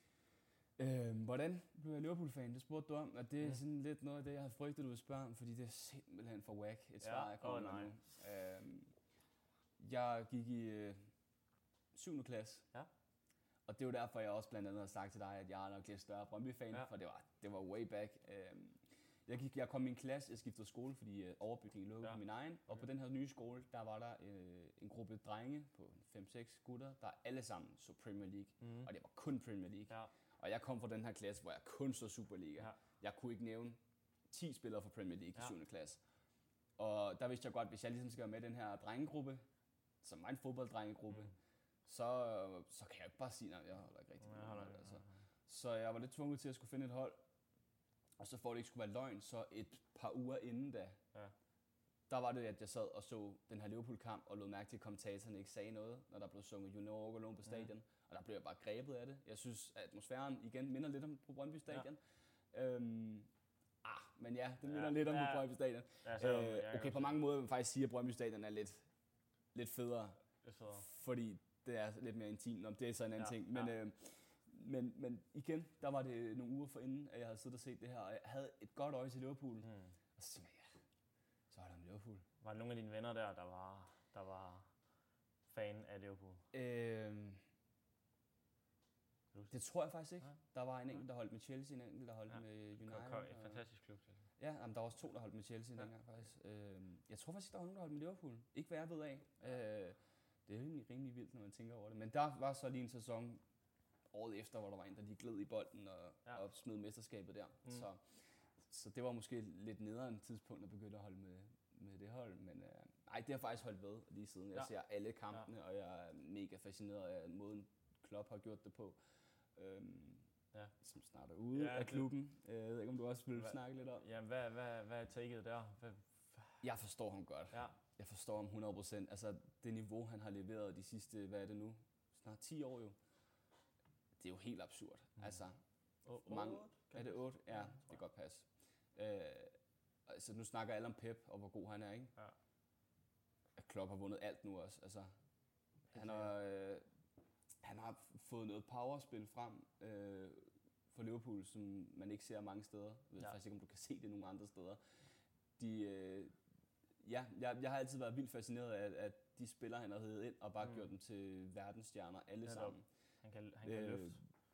øhm, hvordan blev jeg Liverpool-fan? Det spurgte du om, og det er Mm. sådan lidt noget af det, jeg havde frygtet, du ville spørge om, fordi det er simpelthen for whack, et svar, jeg kommer Åh, med nej. nu. Øhm, jeg gik i øh, syvende klasse. Ja. Og det er jo derfor, jeg også blandt andet har sagt til dig, at jeg er nok lidt større Brøndby-fan, Ja. for det var, det var way back. Øhm, jeg, gik, jeg kom i en klasse, jeg skiftede skole, fordi øh, overbygningen lå Ja. på min egen. Og Okay. på den her nye skole, der var der øh, en gruppe drenge på fem seks gutter, der alle sammen så Premier League. Mm. Og det var kun Premier League. Ja. Og jeg kom fra den her klasse, hvor jeg kun så Superliga. Ja. Jeg kunne ikke nævne ti spillere fra Premier League Ja. i syvende klasse. Og der vidste jeg godt, hvis jeg ligesom skal være med i den her drengegruppe, som var en fodbolddrengegruppe, Mm. så, så kan jeg ikke bare sige, at jeg holder ikke rigtig Ja, med holder hold, ikke, altså. ja, Så jeg var lidt tvunget til at skulle finde et hold. Og så for at det ikke skulle være løgn, så et par uger inden da, Ja. der var det, at jeg sad og så den her Liverpool-kamp, og lod mærke til, at kommentatorerne ikke sagde noget, når der blev sunget You Know Walk Alone på stadion. Mm. Og der blev jeg bare grebet af det. Jeg synes, at atmosfæren igen minder lidt om på Brøndby Stadion. Ja. Øhm, ah, men ja, det minder Ja. lidt om Ja. på Brøndby Stadion. Ja, selvom jeg Øh, kan okay, godt på mange måder vil man faktisk sige, at Brøndby Stadion er lidt, lidt federe, se- det er federe. fordi det er lidt mere intimt, om det er så en anden Ja, ting. Men, ja. øh, men, men igen, der var det nogle uger forinden, at jeg havde siddet og set det her, og jeg havde et godt øje til Liverpool. Mm. Mm. Og så tænkte jeg, ja, så er der en Liverpool. Var der nogle af dine venner der, der var, der var fan af Liverpool? Øhm, det tror jeg faktisk ikke. Nej. Der var en enkelt, der holdt med Chelsea, en enkelt, der holdt Ja. med United. Kom, kom, et og- fantastisk klub. Chelsea. Ja, jamen, der var også to, der holdt med Chelsea Ja. dengang faktisk. Øhm, jeg tror faktisk ikke, der var nogen, der holdt med Liverpool. Ikke hvad jeg ved af. Øh, det er rimelig, rimelig vildt, når man tænker over det. Men der var så lige en sæson året efter, hvor der var en, der lige gled i bolden og, Ja. og smed mesterskabet der. Mm. Så, så det var måske lidt nederen tidspunkt at begynde at holde med, med det hold. Men øh, ej, det har faktisk holdt ved lige siden. Jeg Ja. ser alle kampene, ja. og jeg er mega fascineret af måden, Klopp har gjort det på. Øhm, Ja. Som snart er ude Ja, af det- klubben. Øh, Jeg ved ikke, om du også vil Hva- snakke lidt om. Ja, hvad, hvad, hvad er taket der? Hvad, Jeg forstår ham godt. ja. Jeg forstår ham hundrede procent. Altså, det niveau, han har leveret de sidste, hvad er det nu? Snart ti år jo. Det er jo helt absurd. Mm. Altså, O- mange, otte, kan er det det- otte? Ja, Ja, det tror kan godt passe. Øh, altså, nu snakker alle om Pep, og hvor god han er, ikke? Ja. At Klopp har vundet alt nu også. Altså, han, sikkert. har, øh, han har fået noget powerspil frem øh, for Liverpool, som man ikke ser mange steder. Jeg ved Ja. faktisk ikke, om du kan se det nogen andre steder. De, øh, ja, jeg, jeg har altid været vildt fascineret af, at de spillere, han har heddet ind, og bare Mm. mm. gjort dem til verdensstjerner alle Netop. sammen. Han kan, han kan Øh, løfte.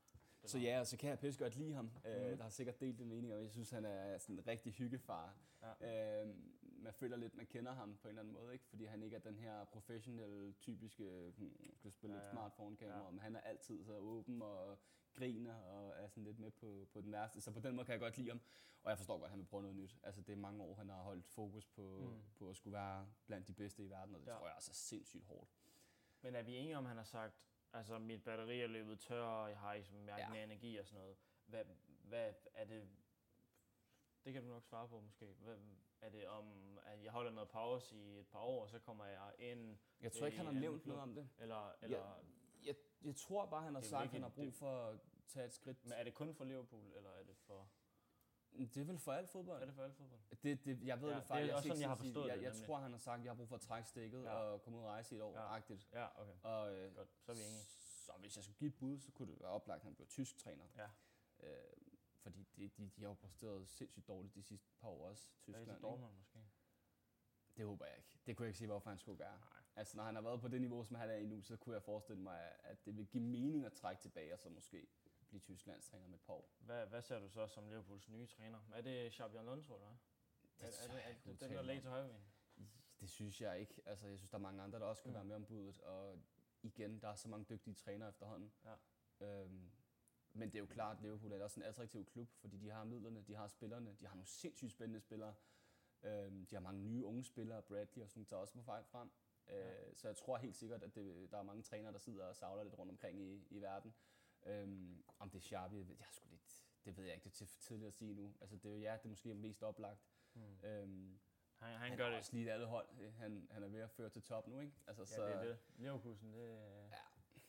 Så ja, og så kan jeg pisse godt lide ham. Mm. Øh, der har sikkert delt det mening, og jeg synes, han er sådan en rigtig hyggefar. Ja. Øh, man føler lidt, man kender ham på en eller anden måde, ikke? Fordi han ikke er den her professionelle, typiske, hmm, skal spille ja, ja. lidt smartphone-kamera, ja. Men han er altid så åben og griner og er sådan lidt med på, på den værste. Så på den måde kan jeg godt lide ham, og jeg forstår godt, at han vil prøve noget nyt. Altså det er mange år, han har holdt fokus på, mm. på at skulle være blandt de bedste i verden, og det ja. tror jeg også er sindssygt hårdt. Men er vi enige om, han har sagt, altså mit batteri er løbet tør, og jeg har ikke mærket ja. mere energi og sådan noget. Hvad, hvad er det, det kan du nok svare på måske. Hvad, er det om, at jeg holder noget pause i et par år, og så kommer jeg ind? Jeg tror ikke, han har nævnt noget om det. Eller, eller jeg, jeg, jeg tror bare, han har sagt, at han har brug for at tage et skridt. Men er det kun for Liverpool, eller er det for... Det er vel for alt fodbold. Er det for alt fodbold? Det, det, jeg ved ja, det faktisk. Det er også sådan, jeg har forstået jeg, det. Jeg, jeg tror, han har sagt, at jeg har brug for at trække stikket ja. og komme ud og rejse i et år. Ja, agtigt. ja okay. Og, øh, godt. Så er vi enige. Så hvis jeg skulle give et bud, så kunne det være oplagt, at han blev tysk træner. Ja. Øh, fordi de, de, de har jo præsteret sindssygt dårligt de sidste par år også. Tyskland, er det Dortmund måske? Det håber jeg ikke. Det kunne jeg ikke se, hvorfor han skulle gøre. Nej. Altså, når han har været på det niveau, som han er i nu, så kunne jeg forestille mig, at det vil give mening at trække tilbage, og så måske blive Tysklands træner med et par år. Hvad, hvad ser du så som Liverpools nye træner? Er det Xabi Alonso, eller hvad? Det er, er, det, er det den, der ligger til højre? Det synes jeg ikke. Altså, jeg synes, der er mange andre, der også kan mm. være med om budet. Og igen, der er så mange dygtige trænere efterhånden. Ja. Øhm, men det er jo klart, at Liverpool er også en attraktiv klub, fordi de har midlerne, de har spillerne, de har nogle sindssygt spændende spillere. Øhm, de har mange nye unge spillere, Bradley og sådan nogle, der også på vej frem. Ja. Øh, så jeg tror helt sikkert, at det, der er mange trænere, der sidder og savler lidt rundt omkring i, i verden. Øhm, om det er Xabi, jeg sgu lidt, det ved jeg ikke, det er for tidligt at sige nu. Altså det er jo ja, det er måske mest oplagt. Mm. Øhm, han, han, han gør har det. også lige et andet hold, han, han er ved at føre til top nu, ikke? Altså, ja, så, det er det. Leverkusen, det, ja.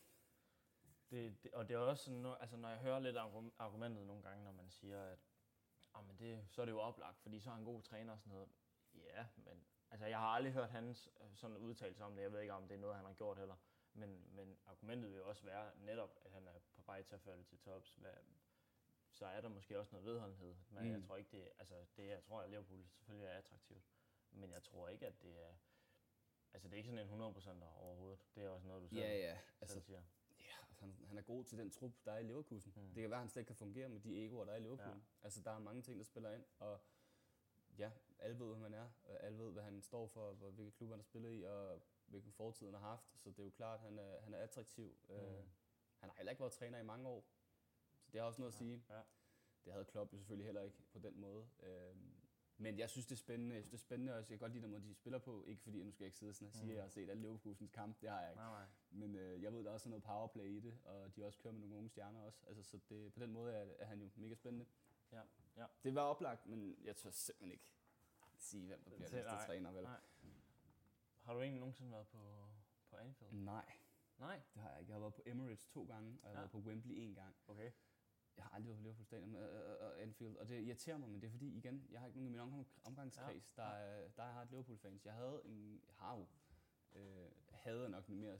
det, det og det er også sådan, altså når jeg hører lidt argumentet nogle gange, når man siger, at ah, men det, så er det jo oplagt, fordi så er han en god træner og sådan noget. Ja, men altså jeg har aldrig hørt hans sådan udtalelse om det. Jeg ved ikke, om det er noget, han har gjort heller. Men, men argumentet vil jo også være netop, at han er på vej til at falde til tops. Hvad, så er der måske også noget vedholdenhed. Men mm. jeg tror ikke, det, altså det, jeg tror, at Liverpool selvfølgelig er attraktivt. Men jeg tror ikke, at det er, altså det er ikke sådan en hundrede procent overhovedet. Det er også noget, du selv, ja, ja. selv altså, siger. Ja, han, han er god til den trup, der er i Leverkusen. Mm. Det kan være, at han slet ikke kan fungere med de egoer, der er i Liverpool. Ja. Altså der er mange ting, der spiller ind. Og ja, alle ved, hvem han er. Alle ved, hvad han står for, hvilke klubber han har spillet i, og hvilken fortid han har haft. Så det er jo klart, at han er, han er attraktiv. Mm. Uh, han har heller ikke været træner i mange år. Så det har også noget at sige. Ja. Det havde Klopp jo selvfølgelig heller ikke på den måde. Uh, men jeg synes, det er spændende. Jeg synes, det er spændende, og jeg kan godt lide den måde, de spiller på. Ikke fordi, nu skal jeg ikke sidde sådan og sige, mm. at jeg har set alle Leverkusens kamp. Det har jeg ikke. Nej, nej. Men uh, jeg ved, der er også noget powerplay i det, og de også kører med nogle unge stjerner også. Altså, så det, på den måde er, er han jo mega spændende. Ja. Ja. Det var oplagt, men jeg tør simpelthen ikke sige, hvem der bliver næste træner, vel? Nej. Har du egentlig nogensinde været på, på Anfield? Nej. Nej? Det har jeg ikke. Jeg har været på Emirates to gange, og jeg har ja. været på Wembley en gang. Okay. Jeg har aldrig været på Liverpool Stadion og Anfield, og det irriterer mig, men det er fordi, igen, jeg har ikke nogen i min omgangskreds, ja. der, er, der har et Liverpool-fans. Jeg havde en, jeg har jo, øh, havde nok mere,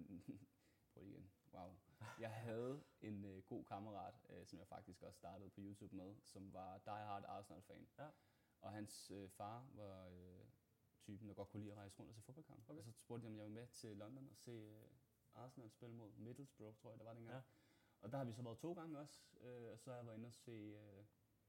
prøv igen, wow. Jeg havde en øh, god kammerat, øh, som jeg faktisk også startede på YouTube med, som var Die Hard Arsenal-fan. Ja. Og hans øh, far var øh, typen, der godt kunne lide at rejse rundt og se fodboldkamp. Okay. Og så spurgte jeg, om jeg var med til London og se øh, Arsenal spille mod Middlesbrough, tror jeg, der var dengang. Ja. Og der har vi så været to gange også, øh, og så har jeg været inde og se, øh,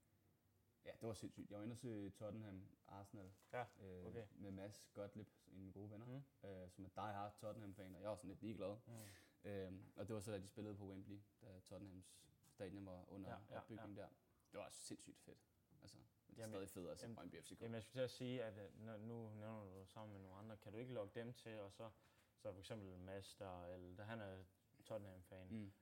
ja, det var sindssygt. Jeg var inde og se Tottenham Arsenal ja, okay. øh, med Mads Gottlieb, en af mine gode venner, mm. øh, som er Die Hard Tottenham-fan, og jeg var sådan lidt ligeglad. Mm. Øh, og det var så, da de spillede på Wembley, da Tottenhams stadion var under ja, ja, opbygning ja. der. Det var sindssygt fedt. Altså, det er jamen, stadig fedt at se Brøndby F C K. Jamen, jeg skulle til at sige, at når, nu nævner du sammen med nogle andre, kan du ikke logge dem til, og så, så for eksempel Mads, der, eller, der han er Tottenham-fan, mm.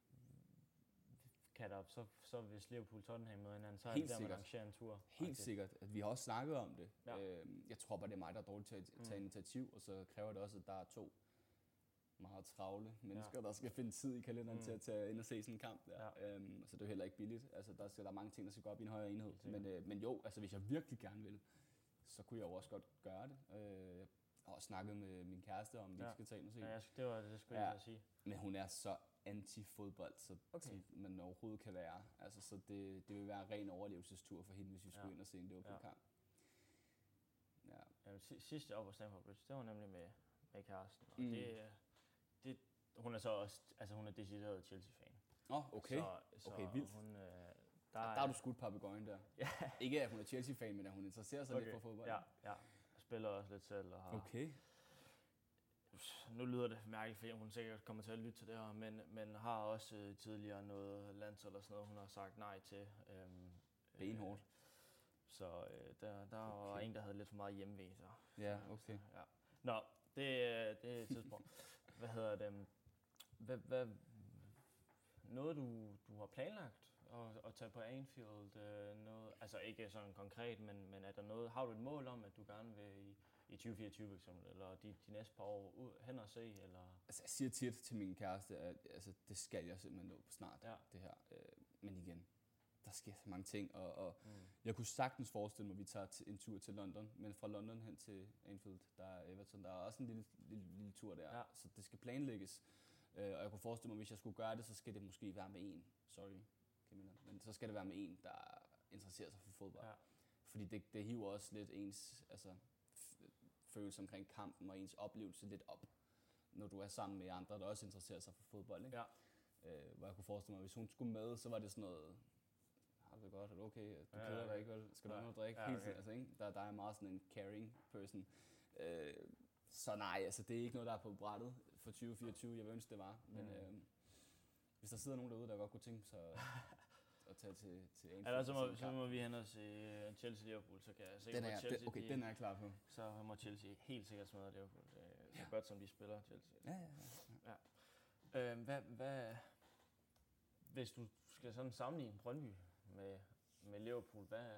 kan der, så, så hvis Liverpool Tottenham møder hinanden, så er det der, man arrangerer en tur. Helt faktisk. Sikkert. At vi har også snakket om det. Ja. Øh, jeg tror bare, det er mig, der er dårlig til at tage mm. initiativ, og så kræver det også, at der er to meget travle mennesker, ja. der skal finde tid i kalenderen mm. til at tage ind og se sådan en kamp der. Ja. Øhm, så det er heller ikke billigt. Altså, der, skal, der er mange ting, der skal gå op i en højere enhed. Men, øh, men jo, altså, hvis jeg virkelig gerne vil, så kunne jeg jo også godt gøre det. Øh, jeg har også snakket med min kæreste om, vi ja. skal tage ind og se. Ja, det var det, skulle jeg ja. sige. Men hun er så anti-fodbold, så okay. man overhovedet kan være. Altså, så det, det vil være en ren overlevelsestur for hende, hvis vi skulle ja. ind og se en Liverpool-kamp. Ja. Ja. Jamen, sidste år på Stamford Bridge, det var nemlig med, med kæresten. Og mm. det, det, hun er så også, altså hun er decideret Chelsea-fan. Åh, oh, okay. Så, så okay, vildt. Hun, øh, der, der er du skudt papegøjen der. Ja. Ikke at hun er Chelsea-fan, men at hun interesserer sig okay. lidt for fodbold. Ja, ja. Jeg spiller også lidt selv og har... Okay. Nu lyder det mærkeligt, fordi hun sikkert kommer til at lytte til det her, men, men har også øh, tidligere noget landshold og sådan noget, hun har sagt nej til. Øhm, Benhårdt. Øh, så øh, der, der var okay. en, der havde lidt for meget hjemmevæg. Så. Ja, okay. Så, ja. Nå, det, det er et tidspunkt. Hvad hedder det? Hvad, hvad, noget, du, du har planlagt at, at tage på Anfield? Øh, noget, altså ikke sådan konkret, men, men er der noget, har du et mål om, at du gerne vil i, i tyve fireogtyve for eksempel, eller de, de næste par år ud, hen og se? Eller? Altså, jeg siger tit til min kæreste, at altså, det skal jeg simpelthen nå på snart, ja. det her. Øh, men igen, der sker så mange ting, og, og mm. jeg kunne sagtens forestille mig, at vi tager til, en tur til London, men fra London hen til Anfield, der er Everton, der er også en lille, lille, lille tur der, ja. Så det skal planlægges. Øh, og jeg kunne forestille mig, at hvis jeg skulle gøre det, så skal det måske være med en. Sorry, Camilla. Men så skal det være med en, der interesserer sig for fodbold. Ja. Fordi det, det hiver også lidt ens altså, følelse omkring kampen og ens oplevelse lidt op, når du er sammen med andre, der også interesserer sig for fodbold. Ikke? Ja. Øh, hvor jeg kunne forestille mig, at hvis hun skulle med, så var det sådan noget, har du det godt, er du okay, du ja, keder okay. dig ikke, vel? Skal du have noget at drikke? Ja, Hele okay. tiden, altså, ikke? Der, der er meget sådan en caring person. Øh, så nej, altså det er ikke noget, der er på brættet for tyve fireogtyve, jeg vil ønske, det var. Men mm. øh, hvis der sidder nogen derude, der godt kunne tænke sig at tage til, til Anfield. Eller så må, så må vi hen og se Chelsea-Liverpool, så kan jeg sikkert den er, Chelsea, den, okay, de, den er jeg klar på. Så må Chelsea helt sikkert smadre Liverpool. Det er så ja. godt, som de spiller Chelsea. Ja, ja, ja. ja. Øh, hvad, hvad, hvis du skal sådan sammenligne Brøndby med, med Liverpool, hvad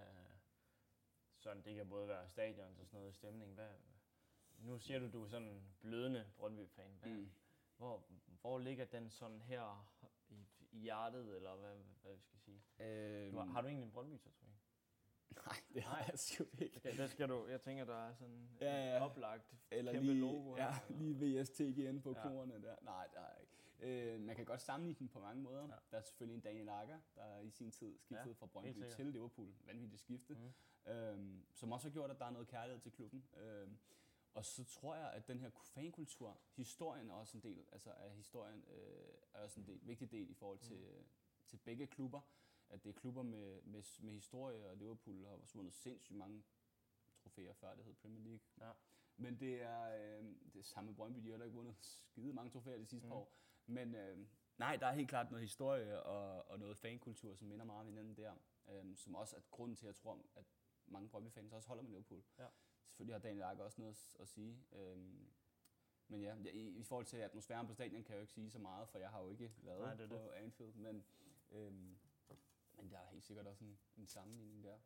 sådan, det kan både være stadion og sådan noget stemning, hvad, nu siger du, du er sådan en blødende Brøndby-fan. Hvad, mm. hvor, hvor ligger den sådan her i, i hjertet, eller hvad, hvad vi skal sige? Øhm. Du har, har du egentlig en Brøndby-tatovering? Nej, det har jeg sgu ikke. Okay, der skal du, jeg tænker, der er sådan ja, ja. oplagt eller kæmpe lige, logo. Ja, eller, lige V S T G N på ja. Knorene der. Nej, det har jeg ikke. Øh, man kan godt sammenligne den på mange måder. Ja. Der er selvfølgelig en Daniel Agger, der i sin tid skiftede ja, fra Brøndby til Liverpool. Vanvittigt skifte. Mm. Øhm, som også har gjort, at der er noget kærlighed til klubben. Øhm, og så tror jeg, at den her fankultur, historien er også en del, altså er historien øh, er også en del, vigtig del i forhold til, mm. til begge klubber. At det er klubber med, med, med historie, og Liverpool har også vundet sindssygt mange trofæer før, det hed Premier League. Ja. Men det er, øh, det er samme Brøndby, de har heller ikke vundet skide mange trofæer de sidste mm. par år. Men øh, nej, der er helt klart noget historie og, og noget fankultur, som minder meget om hinanden der. Øh, som også er grunden til, at jeg tror, at mange Brøndby-fans også holder med Liverpool. Ja. Selvfølgelig har Daniel Agger også noget at, at sige. Øh, men ja, i, i forhold til atmosfæren på stadion, kan jeg jo ikke sige så meget, for jeg har jo ikke været nej, det på det. Anfield. Men, øh, men der er helt sikkert også en, en sammenligning der.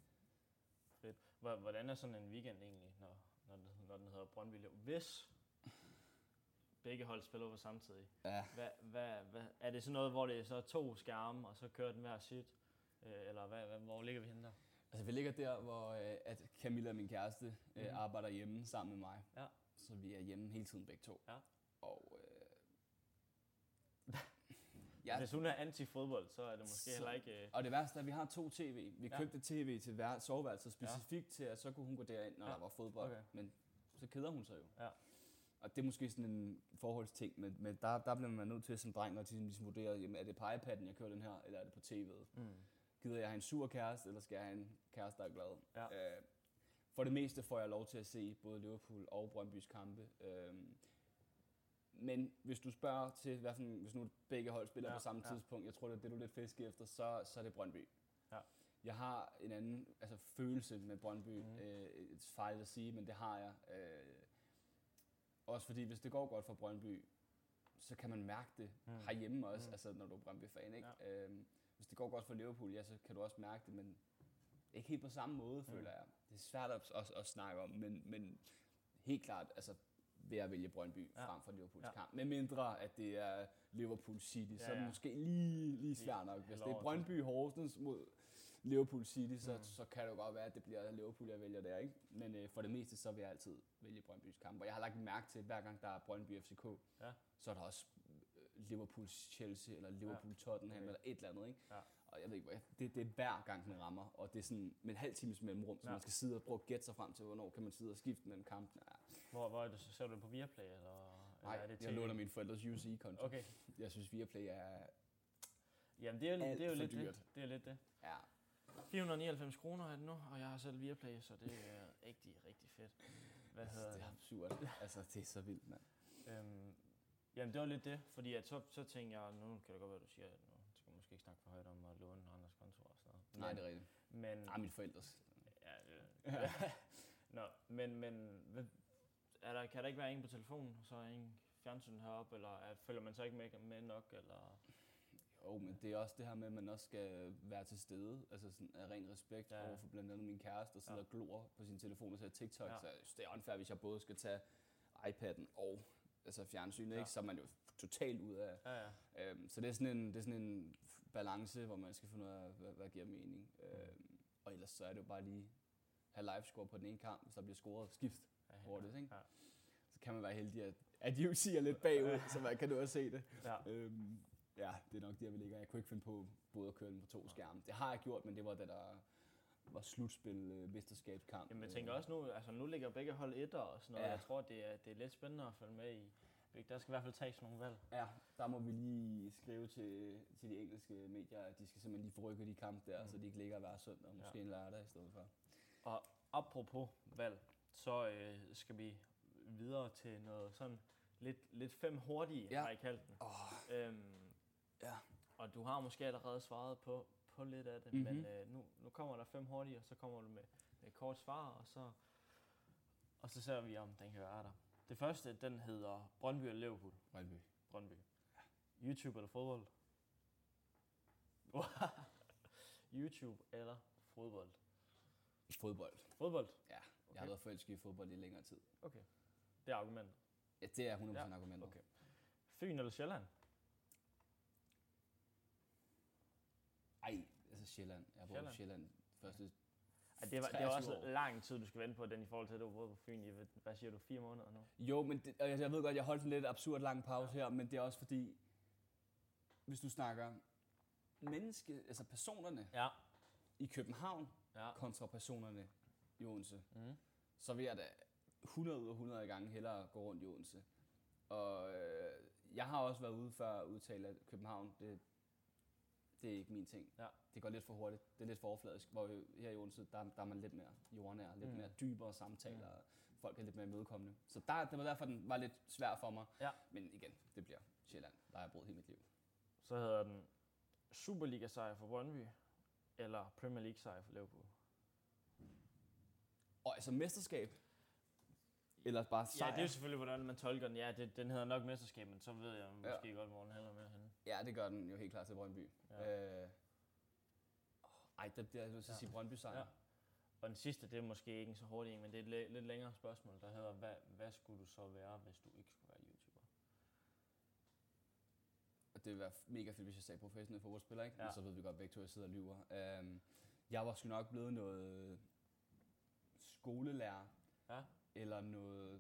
Fedt. Hvordan er sådan en weekend egentlig, når, når, den, når den hedder Brøndby? Hvis begge hold spiller på samtidig. Ja. Hvad, hvad, hvad, er det sådan noget, hvor det er så to skærme, og så kører den hver sit? Øh, eller hvad, hvad, hvor ligger vi henne der? Altså vi ligger der, hvor øh, at Camilla, min kæreste, øh, mm. arbejder hjemme sammen med mig. Ja. Så vi er hjemme hele tiden begge to. Ja. Og øh, ja. Hvis hun er anti-fodbold, så er det måske så, heller ikke... Øh... Og det værste er, at vi har to tv. Vi ja. købte tv til hver soveværelse specifikt ja. til, at så kunne hun gå derind, når ja. der var fodbold. Okay. Men så keder hun sig jo. Ja. Og det er måske sådan en forholdsting, men, men der, der bliver man nødt til som dreng, at ligesom vurdere, jamen, er det på iPad'en, jeg kører den her, eller er det på tv'et? Mm. Gider jeg have en sur kæreste, eller skal jeg have en kæreste, der er glad? Ja. Øh, for det meste får jeg lov til at se både Liverpool og Brøndbys kampe. Øh, men hvis du spørger til, hvad for, hvis nu begge hold spiller ja. på samme ja. tidspunkt, jeg tror, det er det, du er lidt fisk efter, så, så er det Brøndby. Ja. Jeg har en anden altså, følelse med Brøndby. Mm. Øh, det er farligt at sige, men det har jeg. Øh, Også fordi, hvis det går godt for Brøndby, så kan man mærke det mm. herhjemme også, mm. altså når du er Brøndby-fan, ikke? Ja. Øhm, hvis det går godt for Liverpool, ja, så kan du også mærke det, men ikke helt på samme måde, mm. føler jeg. Det er svært at, at, at snakke om, men, men helt klart, altså ved at vælge Brøndby ja. frem for Liverpools ja. kamp. Med mindre, at det er Liverpool City, ja, så er det ja. måske lige, lige svært nok. Hvis det er Brøndby Horsens mod Liverpool City, så, mm. så kan det jo godt være, at det bliver Liverpool, jeg vælger der, ikke? Men øh, for det meste, så vil jeg altid vælge Brøndbys kamp. Og jeg har lagt mærke til, at hver gang der er Brøndby F C K, ja. så er der også Liverpool Chelsea, eller Liverpool ja. Tottenham, okay. eller et eller andet, ikke? Ja. Og jeg ved ikke, det, det er hver gang, den rammer, og det er sådan med en halv times mellemrum, så ja. man skal sidde og prøve at gætte sig frem til, hvornår kan man sidde og skifte mellem kampen. Ja. Hvor, hvor er det, ser du det på Viaplay, eller, Nej, eller er det jeg låner min forældres U C-konto. Okay. Jeg synes, Viaplay er... Jamen, det er, alt det er jo for lidt dyrt. det. Det er lidt det. Ja. fire hundrede og nioghalvfems kroner er det nu, og jeg har selv Viaplay, så det er rigtig, rigtig fedt. Hvad hedder Det er absurd. Altså, det er så vildt, mand. Øhm, jamen, det var lidt det, fordi at så, så tænkte jeg, nu kan det godt være, du siger, at nu skal man måske ikke snakke for højt om at låne andres konto og sådan noget. Men, Nej, det er rigtigt. Men, Nej, mine forældres. Ja, øh, Nå, men, men hvad, er der, kan der ikke være en på telefonen, så er en fjernsyn heroppe, eller er, følger man så ikke med, med nok, eller... Jo, men det er også det her med, at man også skal være til stede, altså sådan af ren respekt Ja. over for blandt andet min kæreste, der sidder Ja. og glor på sin telefon og ser TikTok, Ja. så jeg synes, det er unfair, hvis jeg både skal tage iPad'en og altså fjernsynet, Ja. ikke? Så er man jo totalt ud af. Ja, ja. Øhm, så det er, sådan en, det er sådan en balance, hvor man skal finde ud af, hvad, hvad giver mening. Øhm, og ellers så er det jo bare lige have livescore på den ene kamp, hvis der bliver scoret skift Ja, hurtigt, ikke? Ja. Så kan man være heldig, at, at U C er lidt bagud, så man kan nå at se det. Ja. Øhm, ja, det er nok der, vi ligger. Jeg kunne ikke finde på både at køre den på to skærme. Det har jeg gjort, men det var da der var slutspil øh, mesterskabskamp. Jamen, jeg tænker også nu, altså nu ligger begge hold etter og sådan noget. Ja. Jeg tror, det er, det er lidt spændende at følge med i. Der skal i hvert fald tages nogle valg. Ja, der må vi lige skrive til, til de engelske medier, at de skal simpelthen lige forrykke de kampe der, mm. så de ikke ligger hver søndag, og måske ja. en lørdag i stedet for. Og apropos valg, så øh, skal vi videre til noget sådan lidt, lidt fem hurtige, Ja. har jeg kaldt den. Oh. Øhm, Ja. og du har måske allerede svaret på, på lidt af det, Mm-hmm. men øh, nu, nu kommer der fem hurtige, og så kommer du med, med et kort svar, og så, og så ser vi, om den kan være der. Det første, den hedder Brøndby eller Liverpool? Brøndby. Brøndby. Ja. YouTube eller fodbold? YouTube eller fodbold? Fodbold. Fodbold? Ja, jeg Okay. har været forelsket i fodbold i længere tid. Okay. Det er argumentet. Ja, det er hundrede procent Ja, argumentet. okay. Fyn eller Sjælland? Ej, altså Sjælland. Jeg har boet på Sjælland. Sjælland første Ej, det var, det var også treogtyve år. lang tid, du skal vente på den i forhold til, at du boede på Fyn i, hvad siger du, fire måneder nu? Jo, men det, og jeg, jeg ved godt, jeg holdt en lidt absurd lang pause her, men det er også fordi, hvis du snakker menneske, altså personerne Ja. i København Ja. kontra personerne i Odense, Mm. så vil jeg da hundrede ud af hundrede gange hellere gå rundt i Odense. Og øh, jeg har også været ude før at udtale, at København, det, det er ikke min ting. Ja. Det går lidt for hurtigt. Det er lidt for overfladisk, hvor jo her i Odense, der, der er man lidt mere jordnær, lidt Mm. mere dybere samtaler, mm. folk er lidt mere imødekommende. Så der, det var derfor, den var lidt svær for mig. Ja. Men igen, det bliver Sjælland, der har jeg boet hele mit liv. Så hedder den Superliga-sejr for Brøndby, eller Premier League-sejr for Liverpool? Og altså mesterskab, eller bare sejr. Ja, det er jo selvfølgelig, hvordan man tolker den. Ja, det, den hedder nok mesterskab, men så ved jeg måske Ja. godt, hvor den hælder med henne. Ja, det gør den jo helt klart til Brøndby. Ja. Øh, ej, det bliver jeg nødt til at Ja. sige Brøndby sejr. Ja. Og den sidste, det er måske ikke så hurtigt en, men det er et læ- lidt længere spørgsmål, der hedder, hvad, hvad skulle du så være, hvis du ikke skulle være YouTuber? Og det ville være mega fedt, hvis jeg sagde professionel fodboldspiller, ikke? Ja. Men så ved vi godt begge to, at jeg sidder og lyver. Um, jeg var sgu nok blevet noget skolelærer, Ja. eller noget...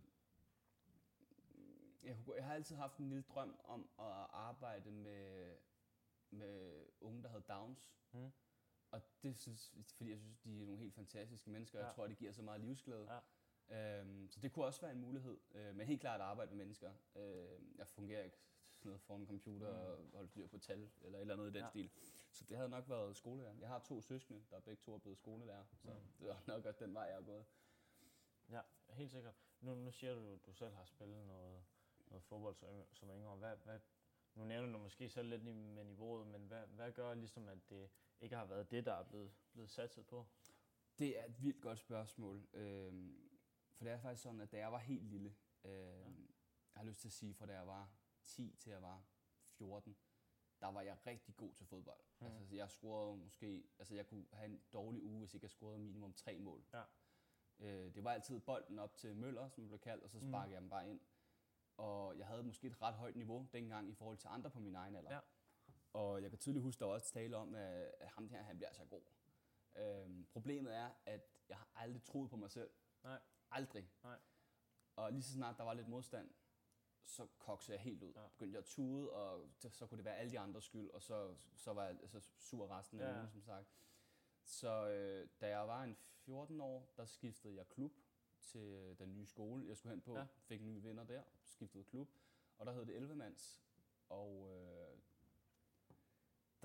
Jeg, kunne, jeg har altid haft en lille drøm om at arbejde med, med unge, der havde Downs. Mm. Og det synes, fordi jeg synes, de er nogle helt fantastiske mennesker, og Ja. jeg tror, det giver så meget livsglæde. Ja. Øhm, så det kunne også være en mulighed, øh, men helt klart at arbejde med mennesker. Øh, jeg fungerer ikke sådan noget foran en computer Mm. og holde styr på tal eller et eller andet i den Ja. stil. Så det havde nok været skolelærer. Jeg har to søskende, der begge to er blevet skolelærer, så Mm. det var nok godt den vej, jeg er gået. Ja, helt sikkert. Nu, nu siger du, at du selv har spillet noget, noget fodbold som, som yngre. Hvad, hvad, nu nævner du måske selv lidt med niveauet, men hvad, hvad gør ligesom, at det ikke har været det, der er blevet, blevet satset på? Det er et vildt godt spørgsmål. Øhm, for det er faktisk sådan, at da jeg var helt lille, øhm, ja. jeg har lyst til at sige, fra da jeg var ti til jeg var fjorten, der var jeg rigtig god til fodbold. Mm. Altså, jeg scorede måske, altså jeg kunne have en dårlig uge, hvis ikke jeg scorede minimum tre mål. Ja. Øh, det var altid bolden op til Møller, som blev kaldt, og så sparkede mm. jeg dem bare ind. Og jeg havde måske et ret højt niveau dengang i forhold til andre på min egen alder. Ja. Og jeg kan tydeligt huske, der var også tale om, at ham her, han bliver altså god. Øhm, problemet er, at jeg har aldrig troet på mig selv. Nej. Aldrig. Nej. Og lige så snart der var lidt modstand, så koksede jeg helt ud. Ja. Begyndte jeg at tude, og så kunne det være alle de andres skyld, og så, så var jeg altså sur resten af Ja, ja. ugen, som sagt. Så øh, da jeg var en fjorten år, der skiftede jeg klub til den nye skole, jeg skulle hen på. Ja. Fik nye venner der, skiftede klub. Og der hed det elleve mands. Og øh, der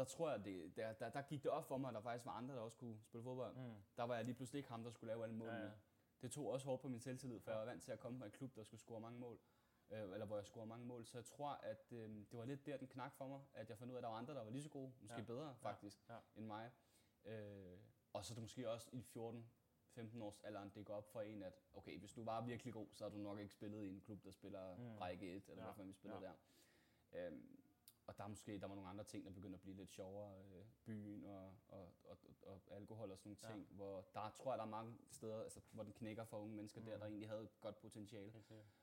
der tror jeg, det, der, der, der gik det op for mig, at der faktisk var andre, der også kunne spille fodbold. Mm. Der var jeg lige pludselig ikke ham, der skulle lave alle målene. Ja, ja. Det tog også hårdt på min selvtillid, for ja. jeg var vant til at komme fra en klub, der skulle score mange mål. Øh, eller hvor jeg scorede mange mål. Så jeg tror, at øh, det var lidt der, den knak for mig, at jeg fandt ud af, at der var andre, der var lige så gode, måske ja. bedre faktisk, ja. Ja. end mig. Øh, og så er det måske også i fjorten femten års alderen, det går op for en, at okay, hvis du var virkelig god, så har du nok ikke spillet i en klub, der spiller mm. række et, eller ja. hvad vi spiller ja. der. Øhm, og der, måske, der var nogle andre ting, der begyndte at blive lidt sjovere. Øh, byen og, og, og, og alkohol og sådan nogle ting, ja. hvor der tror jeg, der er mange steder, altså, hvor den knækker for unge mennesker mm. der, der egentlig havde et godt potentiale.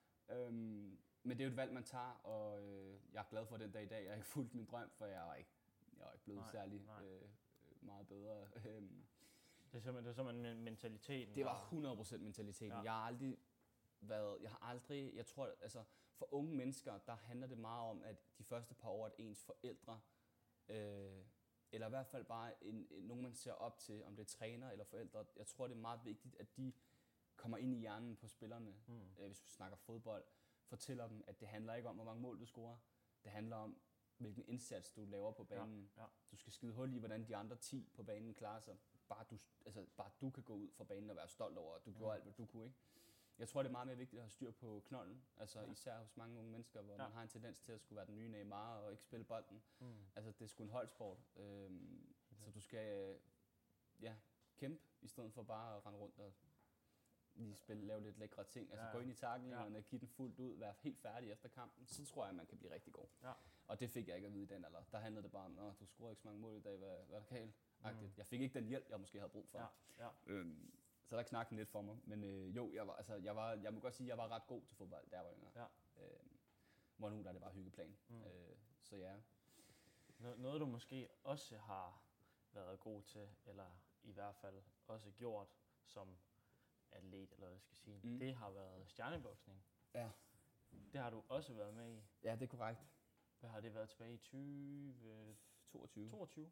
Øhm, men det er jo et valg, man tager, og øh, jeg er glad for den dag i dag. Jeg har ikke fulgt min drøm, for jeg er ikke, jeg er ikke blevet nej, særlig nej. Øh, meget bedre. Øhm, det er simpelthen, det er simpelthen mentaliteten. Det var hundrede procent mentaliteten. Ja. Jeg har aldrig været, jeg har aldrig, jeg tror, altså for unge mennesker, der handler det meget om, at de første par år, at ens forældre, øh, eller i hvert fald bare en, en, nogen, man ser op til, om det er træner eller forældre, jeg tror, det er meget vigtigt, at de kommer ind i hjernen på spillerne, mm. øh, hvis vi snakker fodbold, fortæller dem, at det handler ikke om, hvor mange mål du scorer, det handler om, hvilken indsats du laver på banen. Ja, ja. Du skal skide hul i, hvordan de andre ti på banen klarer sig. Bare du, altså, bare du kan gå ud fra banen og være stolt over, at du mm. gjorde alt, hvad du kunne. Ikke? Jeg tror, det er meget mere vigtigt at have styr på knolden, altså ja. især hos mange unge mennesker, hvor ja. man har en tendens til at skulle være den nye Neymar og ikke spille bolden. Mm. Altså, det er sgu en holdsport, øhm, okay. så du skal ja, kæmpe, i stedet for bare at rende rundt og lige spille, lave lidt lækre ting. Altså ja. gå ind i tacklingerne, ja. give den fuldt ud, være helt færdig efter kampen, så tror jeg, man kan blive rigtig god. Ja. Og det fik jeg ikke at vide i den alder. Der handlede det bare om, at du scorede ikke så mange mål i dag, hvad, hvad er der galt? Mm. Jeg fik ikke den hjælp, jeg måske havde brug for. Ja. Ja. Øhm, så der knakte den lidt for mig. Men øh, jo, jeg, var, altså, jeg, var, jeg må godt sige, at jeg var ret god til fodbold, da jeg var yngre. Ja. Øhm, hvor nu der er det bare hyggeplan. Mm. Øh, så ja. Noget du måske også har været god til, eller i hvert fald også gjort som atlet, eller hvad jeg skal sige, mm. det har været stjerneboksning. Ja. Det har du også været med i. Ja, det er korrekt. Hvad har det været tilbage i tyve toogtyve? toogtyve?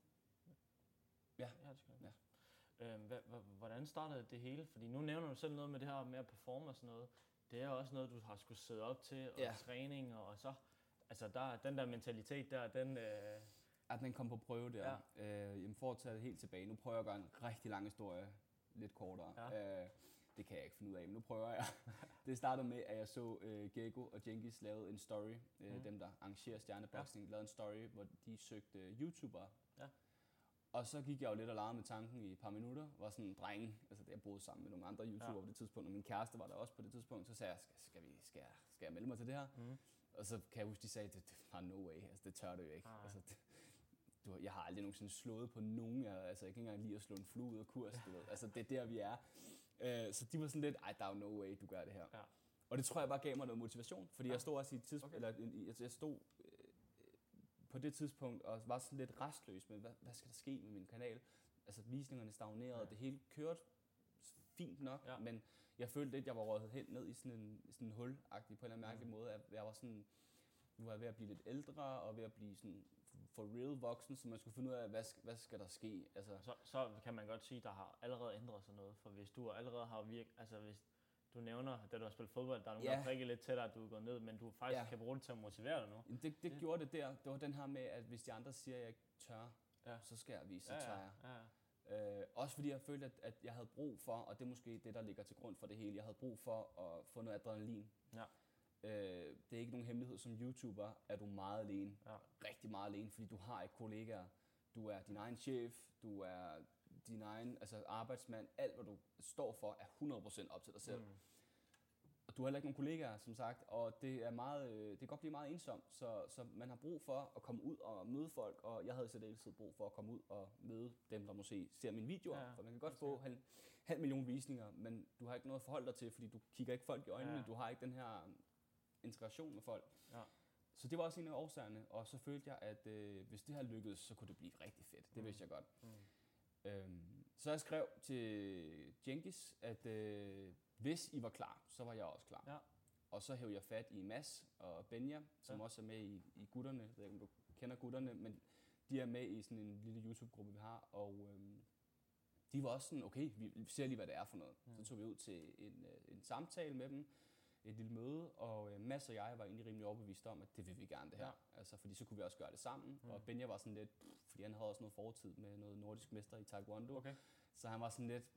Ja. Ja, det skal jeg. Ja. Øhm, hva, hva, hvordan startede det hele? Fordi nu nævner du selv noget med det her med at performe og sådan noget. Det er også noget, du har skulle sidde op til, og ja. træning, og så... Altså, der, den der mentalitet der, den... Øh... At den kom på prøve der. Ja. Øh, jamen, for at tage det helt tilbage. Nu prøver jeg at gøre en rigtig lang historie lidt kortere. Ja. Øh, det kan jeg ikke finde ud af, men nu prøver jeg. Det startede med, at jeg så øh, Gego og Djengis lavede en story. Øh, mm. Dem, der arrangerer stjerneboksning, ja. lavede en story, hvor de søgte øh, YouTubere. Ja. Og så gik jeg jo lidt og legede med tanken i et par minutter. Var sådan en dreng, altså jeg boede sammen med nogle andre YouTubere ja. på det tidspunkt, og min kæreste var der også på det tidspunkt. Så sagde jeg, skal, skal, vi, skal, jeg, skal jeg melde mig til det her? Mm. Og så kan jeg huske, de sagde, det var no way, altså det tør du jo ikke. Ah, altså, det, du, jeg har aldrig nogensinde slået på nogen, jeg, altså jeg kan ikke engang lide at slå en flue ud af kurs, du ved. Altså det er der, vi er. Uh, så de var sådan lidt, ej, der er jo no way, du gør det her. Ja. Og det tror jeg bare gav mig noget motivation, fordi ja. jeg stod også i et tidspunkt, okay. eller jeg, jeg stod øh, på det tidspunkt og var sådan lidt restløs med, hvad, hvad skal der ske med min kanal? Altså visningerne stagnerede, ja. det hele kørte fint nok, ja. men jeg følte lidt, at jeg var røget hen ned i sådan en, sådan en hul-agtig på en eller anden mærkelig mm. måde. At jeg var sådan, nu var jeg ved at blive lidt ældre og ved at blive sådan for real voksen, så man skulle finde ud af, hvad, hvad skal der ske? Altså, så, så kan man godt sige, at der har allerede ændret sig noget, for hvis du allerede har virket, altså hvis du nævner, da du har spillet fodbold, der er nogen, ja. der prikker lidt til dig, at du er gået ned, men du faktisk ja. kan bruge det til at motivere dig nu. Det, det, det gjorde det der. Det var den her med, at hvis de andre siger, at jeg ikke tør, ja. så skal jeg vise, så tør jeg. Ja, ja. Ja. Øh, også fordi jeg følte, at, at jeg havde brug for, og det er måske det, der ligger til grund for det hele, jeg havde brug for at få noget adrenalin. Ja. Øh, det er ikke nogen hemmelighed som YouTuber, er du meget alene. Ja. Rigtig meget alene, fordi du har ikke kollegaer. Du er din egen chef, du er din egen altså arbejdsmand. Alt, hvad du står for, er hundrede procent op til dig selv. Mm. Og du har heller ikke nogen kollegaer, som sagt, og det er meget, det kan godt blive meget ensomt. Så, så man har brug for at komme ud og møde folk, og jeg havde i særdeleshed brug for at komme ud og møde dem, der måske ser mine videoer. Ja, for man kan godt få halv, halv million visninger, men du har ikke noget at forholde dig til, fordi du kigger ikke folk i øjnene. Ja. Du har ikke den her integration med folk. Ja. Så det var også en af årsagerne, og så følte jeg, at øh, hvis det her lykkedes, så kunne det blive rigtig fedt. Det mm. vidste jeg godt. Mm. Øhm, så jeg skrev til Djengis, at øh, hvis I var klar, så var jeg også klar. Ja. Og så hævde jeg fat i Mads og Benja, som ja. også er med i, i Gutterne. Jeg ved ikke, om du kender Gutterne, men de er med i sådan en lille YouTube-gruppe, vi har. Og øhm, de var også sådan, okay, vi ser lige, hvad det er for noget. Mm. Så tog vi ud til en, en samtale med dem. et lille møde, og øh, Mads og jeg var egentlig rimelig overbevist om, at det vil vi gerne det her. Ja. Altså, fordi så kunne vi også gøre det sammen, mm. og Benja var sådan lidt, pff, fordi han havde også noget fortid med noget nordisk mester i Taekwondo, okay. så han var sådan lidt,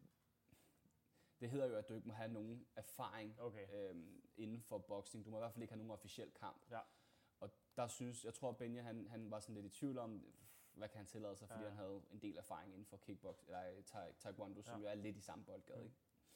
det hedder jo, at du ikke må have nogen erfaring okay. øhm, inden for boksning. Du må i hvert fald ikke have nogen officiel kamp. Ja. Og der synes, jeg tror, Benja han, han var sådan lidt i tvivl om, hvad kan han tillade sig, fordi ja. han havde en del erfaring inden for kickbox, eller Taekwondo, som ja. jo er lidt i samme boldgade. Mm. Ikke?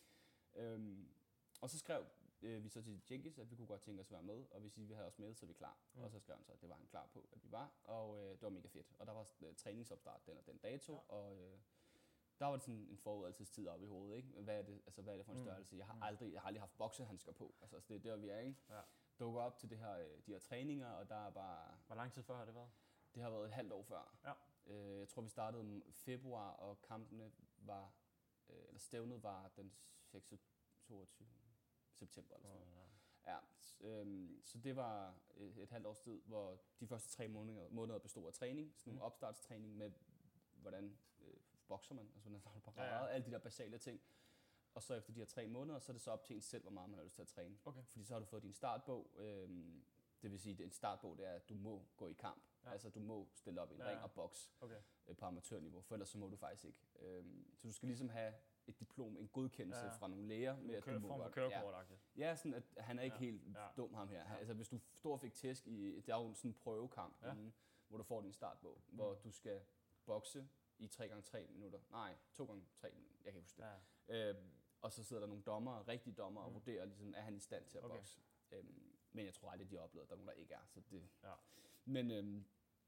Øhm, og så skrev øh, vi så til Jenkins, at vi kunne godt tænke os at være med, og hvis I vil have os med, så er vi klar. Mm. Og så skrev han så, at det var han klar på, at vi var, og øh, det var mega fedt. Og der var øh, træningsopstart den og den dato, ja. og øh, der var det sådan en forudelsestid op i hovedet, ikke? Hvad er det, altså, hvad er det for en størrelse? Jeg har aldrig, jeg har aldrig haft boksehandsker på, altså det er der, vi er, ikke? Ja. Dukker op til det her, de her træninger, og der er bare... Hvor lang tid før har det været? Det har været et halvt år før. Ja. Øh, jeg tror, vi startede i februar, og kampene var, øh, eller stævnet var den seksogtyvende september eller sådan noget. Oh, ja. Ja, øhm, så det var et, et halvt års tid, hvor de første tre måneder, måneder bestod af træning, sådan en mm. opstartstræning med, hvordan øh, bokser man, altså hvordan tager du på rader, ja, ja. alle de der basale ting. Og så efter de her tre måneder, så er det så op til en selv, hvor meget man har lyst til at træne. Okay. Fordi så har du fået din startbog, øhm, det vil sige, at en startbog, det er, at du må gå i kamp. Ja. Altså du må stille op i en ja, ja. ring og boks okay. øh, på amatørniveau, for ellers så må du faktisk ikke. Øhm, så du skal ligesom have et diplom, en godkendelse ja, ja. fra nogle læger med, at du må godt. Kørekort-agtigt. Ja, ja, sådan at han er ikke ja. helt ja. dum ham her. Ja. Altså hvis du står fik tæsk i, det er jo sådan en prøvekamp, ja. inden, hvor du får din startbog, mm. hvor du skal bokse i tre gange tre minutter. Nej, to gange tre minutter. Jeg kan ikke huske det. Ja. Øhm, og så sidder der nogle dommere, rigtige dommere, mm. og vurderer, ligesom, er han i stand til at okay. bokse. Øhm, men jeg tror aldrig, de har oplevet, at der er nogen, der ikke er. Så det. Ja. Men øhm,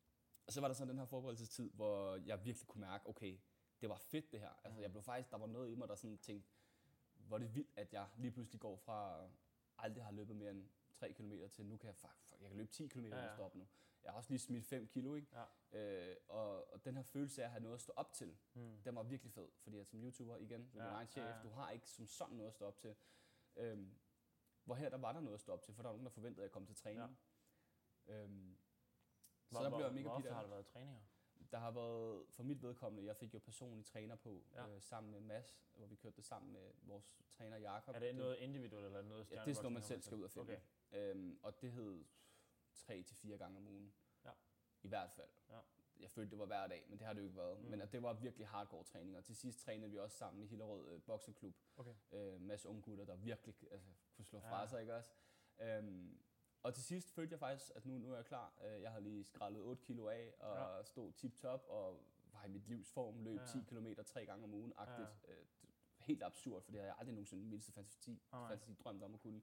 så var der sådan den her forberedelsestid, hvor jeg virkelig kunne mærke, okay, det var fedt det her. Altså, jeg blev faktisk, der var noget i mig, der sådan tænkte, hvor det vildt, at jeg lige pludselig går fra aldrig har løbet mere end tre kilometer til nu kan jeg, fuck, jeg kan løbe ti kilometer ja, ja. stoppe nu. Jeg har også lige smidt fem kilo, ikke? Ja. Øh, og, og den her følelse af at have noget at stå op til, mm. den var virkelig fed. Fordi at som YouTuber, igen, du er ja, din egen chef, ja, ja. du har ikke som sådan noget at stå op til. Øhm, hvor her, der var der noget at stå op til, for der var nogen, der forventede, at jeg kom til træning. Ja. Øhm, så hvor, der blev jeg mega Hvor ofte har der været træninger? Der har været, for mit vedkommende, jeg fik jo personlig træner på, ja. øh, sammen med Mads, hvor vi kørte det sammen med vores træner Jakob. Er det noget individuelt eller noget stjerneboksning? Ja, det er sådan noget, man selv skal ud og finde. Okay. Øhm, og det hed tre til fire gange om ugen. Ja. I hvert fald. Ja. Jeg følte, det var hver dag, men det har det jo ikke været. Mm. Men at det var virkelig hardcore træning, og til sidst trænede vi også sammen i Hillerød øh, Bokseklub. Okay. Øh, masse unge gutter, der virkelig altså, kunne slå fra ja. sig, ikke også? Øhm, og til sidst følte jeg faktisk, at nu, nu er jeg klar. Jeg har lige skrællet otte kilo af, og ja. stod tip-top, og var i mit livs form, løb ja. ti kilometer tre gange om ugen, agtigt. Ja. Øh, helt absurd, for det har jeg aldrig nogensinde mindste fantasi, oh, fantasi drømt om at kunne.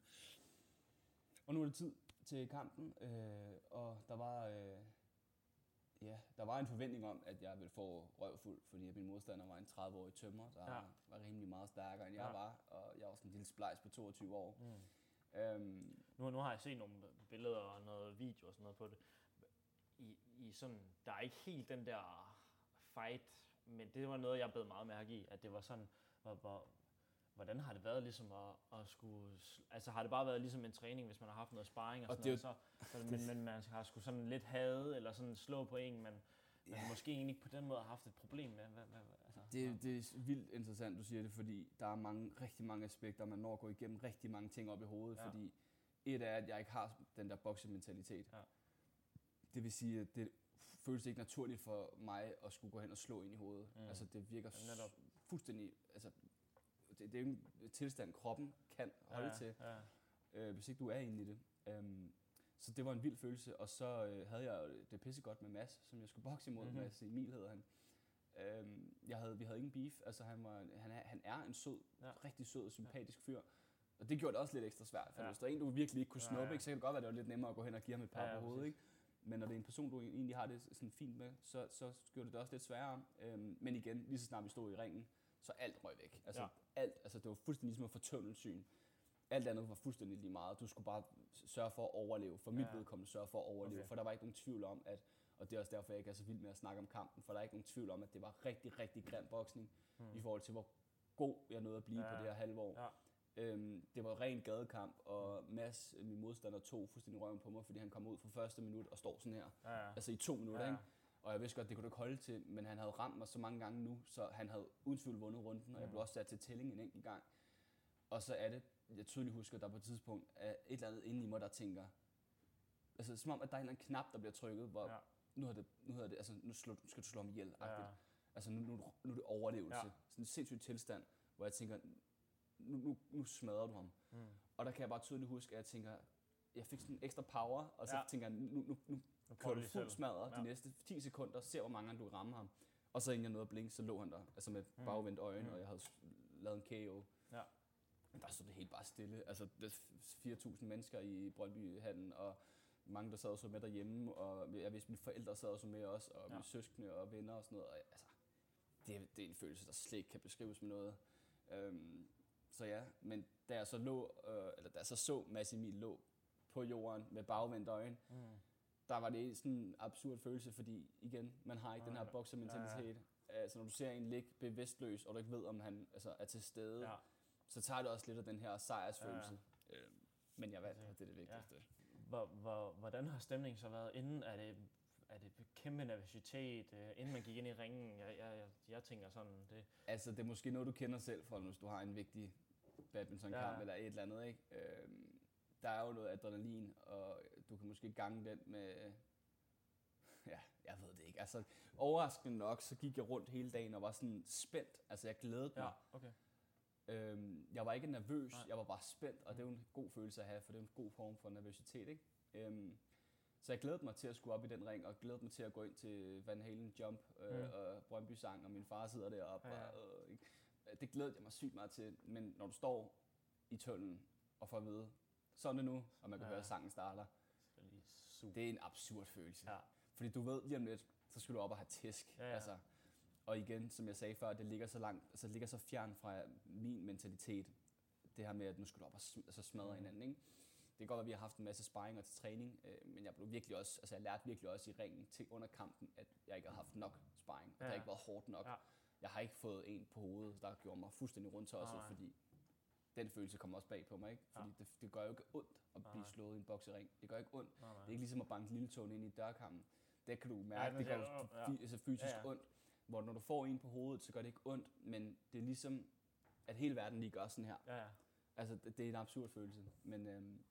Og nu er det tid til kampen, øh, og der var, øh, ja, der var en forventning om, at jeg ville få røvfuld, fordi min modstander var en tredive-årig tømrer, der ja. var rimelig meget stærkere, end jeg ja. var, og jeg var sådan en lille splejs på toogtyve år. Mm. Øhm, nu, nu har jeg set nogle billeder og noget video og sådan noget på det. I, i sådan, der er ikke helt den der fight, men det var noget, jeg bed meget mærke i, at det var sådan, hvor, hvor, hvordan har det været ligesom at, at skulle, altså har det bare været ligesom en træning, hvis man har haft noget sparring og, og sådan noget, så, så, men, men man har skulle sådan lidt hade, eller sådan slå på en, men man yeah. måske egentlig ikke på den måde har haft et problem med. Hvad, hvad, altså, det, det er vildt interessant, du siger det, fordi der er mange, rigtig mange aspekter, man når at gå igennem rigtig mange ting op i hovedet, ja. fordi et er, at jeg ikke har den der boksementalitet. Ja. Det vil sige, at det føles ikke naturligt for mig at skulle gå hen og slå ind i hovedet. Mm. Altså det virker ja, fuldstændig, altså det, det er jo en tilstand, kroppen kan holde ja, til, ja. Øh, hvis ikke du er inde i det. Um, Så det var en vild følelse, og så øh, havde jeg det pissegodt med Mads, som jeg skulle bokse imod. Mm-hmm. Mads Emil hedder han. Øhm, jeg havde, vi havde ingen beef, altså han, var, han, er, han er en sød, ja. rigtig sød og sympatisk fyr. Og det gjorde det også lidt ekstra svært, for ja. hvis der er en, du virkelig ikke kunne snuppe, ja, ja. Ikke, så kan det godt være, at det var lidt nemmere at gå hen og give ham et par ja, ja, på hovedet. Ikke? Men når det er en person, du egentlig har det sådan fint med, så, så gjorde det det også lidt sværere. Øhm, men igen, lige så snart vi stod i ringen, så alt røg væk. Altså, ja. alt, altså det var fuldstændig ligesom at få tunnelsyn. Alt andet var fuldstændig lige meget. Du skulle bare sørge for at overleve. For mit ja. vedkommende sørge for at overleve. Okay. For der var ikke nogen tvivl om, at, og det er også derfor, jeg ikke er så vild med at snakke om kampen, for der er ikke nogen tvivl om, at det var rigtig, rigtig grim boksning, hmm. i forhold til, hvor god jeg nåede at blive ja. på det her halve år. Ja. Øhm, det var ren gadekamp, og Mads, min modstander, tog fuldstændig røven på mig, fordi han kom ud fra første minut og står sådan her. Ja, ja. Altså i to minutter, ja, ja. ikke? Og jeg vidste godt, det kunne du ikke holde til, men han havde ramt mig så mange gange nu, så han havde uden tvivl vundet runden, og jeg blev også sat til tælling en enkelt gang. Og så er det, jeg tydeligt husker, der på et tidspunkt er et eller andet inde i mig, der tænker, altså som om, at der er en eller anden knap, der bliver trykket, hvor ja. nu, har det, nu, har det, altså, nu slå, skal du slå ham ihjel. Ja. Altså nu, nu, nu er det overlevelse. Ja. Sådan en sindssyg tilstand, hvor jeg tænker, nu, nu, nu smadrer du ham. Mm. Og der kan jeg bare tydeligt huske, at jeg tænker, jeg fik sådan en ekstra power, og så ja. tænker jeg, nu, nu, nu, nu kører du fuldt smadret ja. de næste ti sekunder, ser hvor mange gange du rammer ham. Og så inden jeg nåede at blinke, så lå han der, altså med mm. bagvendt øjne, mm. og jeg havde lavet en K O. Ja. Der stod det helt bare stille. Altså fire tusind mennesker i Brøndby-hallen, og mange, der sad også med derhjemme, og jeg vidste, mine forældre sad også med os, og ja. mine søskende og venner og sådan noget. Og, altså, det, det er en følelse, der slet ikke kan beskrives med noget. Øhm, så ja, men da jeg så lå, øh, eller da jeg så så Mads Emil lå på jorden med bagvendt øjne, mm. der var det sådan en absurd følelse, fordi igen, man har ikke ja, den her boksermentalitet. Ja, ja. Altså når du ser en ligge bevidstløs, og du ikke ved, om han altså, er til stede, ja. så tager det også lidt af den her sejrsfølelse. Ja, ja. Øhm, men jeg ved, det er det vigtigste. Ja. Hvor, hvor, hvordan har stemningen så været inden? Er det, er det kæmpe nervøsitet, øh, inden man gik ind i ringen? Jeg, jeg, jeg, jeg tænker sådan, det... Altså, det er måske noget, du kender selv for, hvis du har en vigtig badmintonkamp ja. eller et eller andet, ikke? Øhm, der er jo noget adrenalin, og du kan måske gange den med... Ja, jeg ved det ikke. Altså, overraskende nok, så gik jeg rundt hele dagen og var sådan spændt. Altså, jeg glædede mig. Ja, okay. Øhm, jeg var ikke nervøs, Nej. jeg var bare spændt, og det er jo en god følelse at have, for det er en god form for nervøsitet, ikke? Øhm, så jeg glædede mig til at skulle op i den ring, og glædede mig til at gå ind til Van Halen Jump øh, mm. og Brøndby sang, og min far sidder deroppe. Ja, ja. Og, øh, det glædede jeg mig sygt meget til, men når du står i tunnelen og får at vide, sådan er det nu, og man kan ja. høre, at sangen starter, det er en absurd følelse. Ja. Fordi du ved lige om lidt, så skal du op og have tæsk. Ja, ja. Altså, og igen, som jeg sagde før, det ligger så langt, altså det ligger så fjern fra min mentalitet. Det her med, at nu skal du op og sm- altså smadre mm. hinanden, ikke? Det kan godt være, at vi har haft en masse sparringer til træning, øh, men jeg blev virkelig også, altså jeg lærte virkelig også i ringen til under kampen, at jeg ikke har haft nok sparring. Ja. Det har ikke været hårdt nok. Ja. Jeg har ikke fået en på hovedet, der gjorde mig fuldstændig rundt også, ah, fordi den følelse kommer også bag på mig, ikke? Fordi ja. det, det gør jo ikke ondt at blive slået i en boksering. Det gør ikke ondt. Nej, nej. Det er ikke ligesom at banke lille tåen ind i dørkampen. Det kan du mærke, ja, det gør ja. altså fysisk ja, ja. ondt. Hvor når du får en på hovedet, så gør det ikke ondt, men det er ligesom, at hele verden lige gør sådan her. Ja, ja. Altså, det, det er en absurd følelse. Men øhm,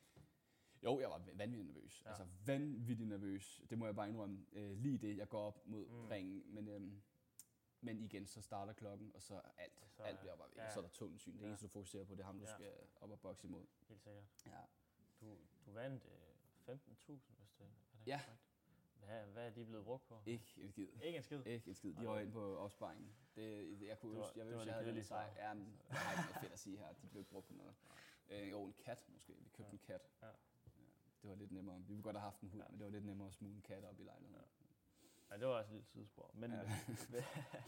jo, jeg var vanvittigt nervøs. Ja. Altså, vanvittigt nervøs. Det må jeg bare indrømme. Øh, lige det, jeg går op mod mm. ringen. Men, øhm, men igen, så starter klokken, og så alt. Så, alt bliver bare væk. Ja. Så er der tunnelsyn. Det ja. eneste, du fokuserer på, det er ham, du ja. skal op og bokse imod. Helt sikkert. Ja. Du, du vandt øh, femten tusind, hvis det er det ja. korrekt. Hvad, hvad er de blevet brugt på? Ikke en skid. Ikke en skid? Ikke en skid. De var inde på opsparingen. Det, jeg kunne huske, jeg vil sige, at jeg havde ja, jeg har ikke noget fedt at sige her. De blev ikke brugt på noget. Øh, jo, en kat måske. Vi købte ja. en kat. Ja. Ja. Det var lidt nemmere. Vi ville godt have haft en hund, ja. men det var lidt nemmere at smule en kat op i lejligheden. Ja. ja, det var også et lille sidespor. Men ja. hvad,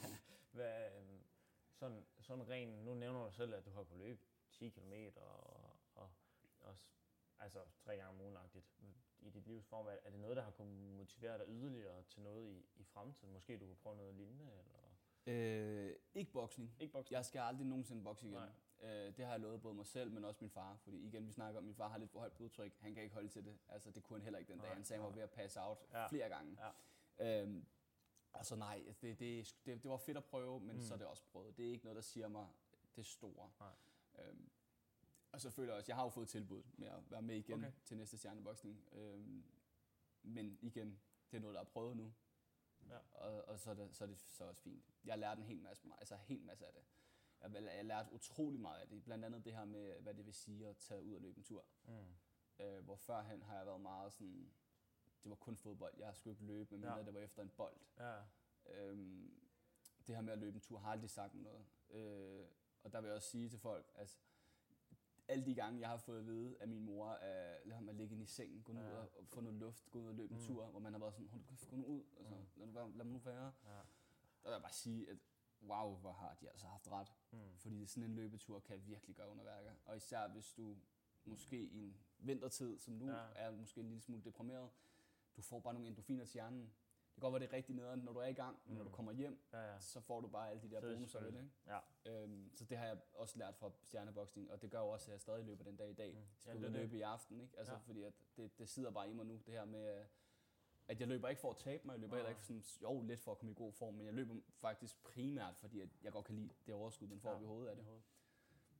hvad, sådan, sådan ren, nu nævner du selv, at du har kunnet løbe ti kilometer og, og, og altså tre gange om ugen-agtigt i dit livs form. Er det noget, der har kunnet motivere dig yderligere til noget i, i fremtiden? Måske du kunne prøve noget lignende? Eller? Øh, ikke boksning. Ikke boksning? Jeg skal aldrig nogensinde bokse igen. Øh, det har jeg lovet både mig selv, men også min far. Fordi igen, vi snakker om, at min far har lidt for højt blodtryk. Han kan ikke holde til det. Altså, det kunne han heller ikke den nej, dag. Han sagde, han var ved at passe out ja. flere gange. Ja. Øhm, altså nej, det, det, det, det var fedt at prøve, men mm. så er det også prøvet. Det er ikke noget, der siger mig det store. Øhm, og så føler jeg også, jeg har jo fået tilbud med at være med igen okay. til næste stjerneboksning. Øhm, men igen, det er noget, der er prøvet nu. Ja. Og, og så, er det, så er det så også fint. Jeg har lært en hel masse, altså en hel masse af det. Jeg, jeg har lært utrolig meget af det. Blandt andet det her med, hvad det vil sige at tage ud og løbe en tur. Mm. Øh, hvor førhen har jeg været meget sådan, det var kun fodbold. Jeg skulle ikke løbe, medmindre ja. det var efter en bold. Ja. Øhm, det her med at løbe en tur har aldrig sagt mig noget. Øh, og der vil jeg også sige til folk, altså, alle de gange, jeg har fået at vide af min mor, at lad ham at ligge inde i sengen, gå nu ja. ud og få noget luft, gå ud og løbe en mm. tur, hvor man har været sådan, hold gå nu ud, altså, mm. lad, nu være, lad mig nu være. Ja. Der vil jeg bare sige, at wow, hvor har de altså haft ret. Mm. Fordi sådan en løbetur kan virkelig gøre underværker. Og især hvis du måske i en vintertid, som nu ja. er måske en lille smule deprimeret, du får bare nogle endorfiner til hjernen. Det kan godt være, det er rigtig nederen, når du er i gang, men mm. når du kommer hjem, ja, ja. så får du bare alle de der bonusser ved det. Ikke? Ja. Øhm, så det har jeg også lært fra stjerneboksning, og det gør jo også, at jeg stadig løber den dag i dag. Mm. Jeg skal ja, ud og løbe i aften, ikke? Altså, ja. fordi at det, det sidder bare i mig nu, det her med, at jeg løber ikke for at tabe mig, jeg løber ja. heller ikke sådan, jo, lidt for at komme i god form, men jeg løber faktisk primært, fordi at jeg godt kan lide det overskud, man får ja. i hovedet af det.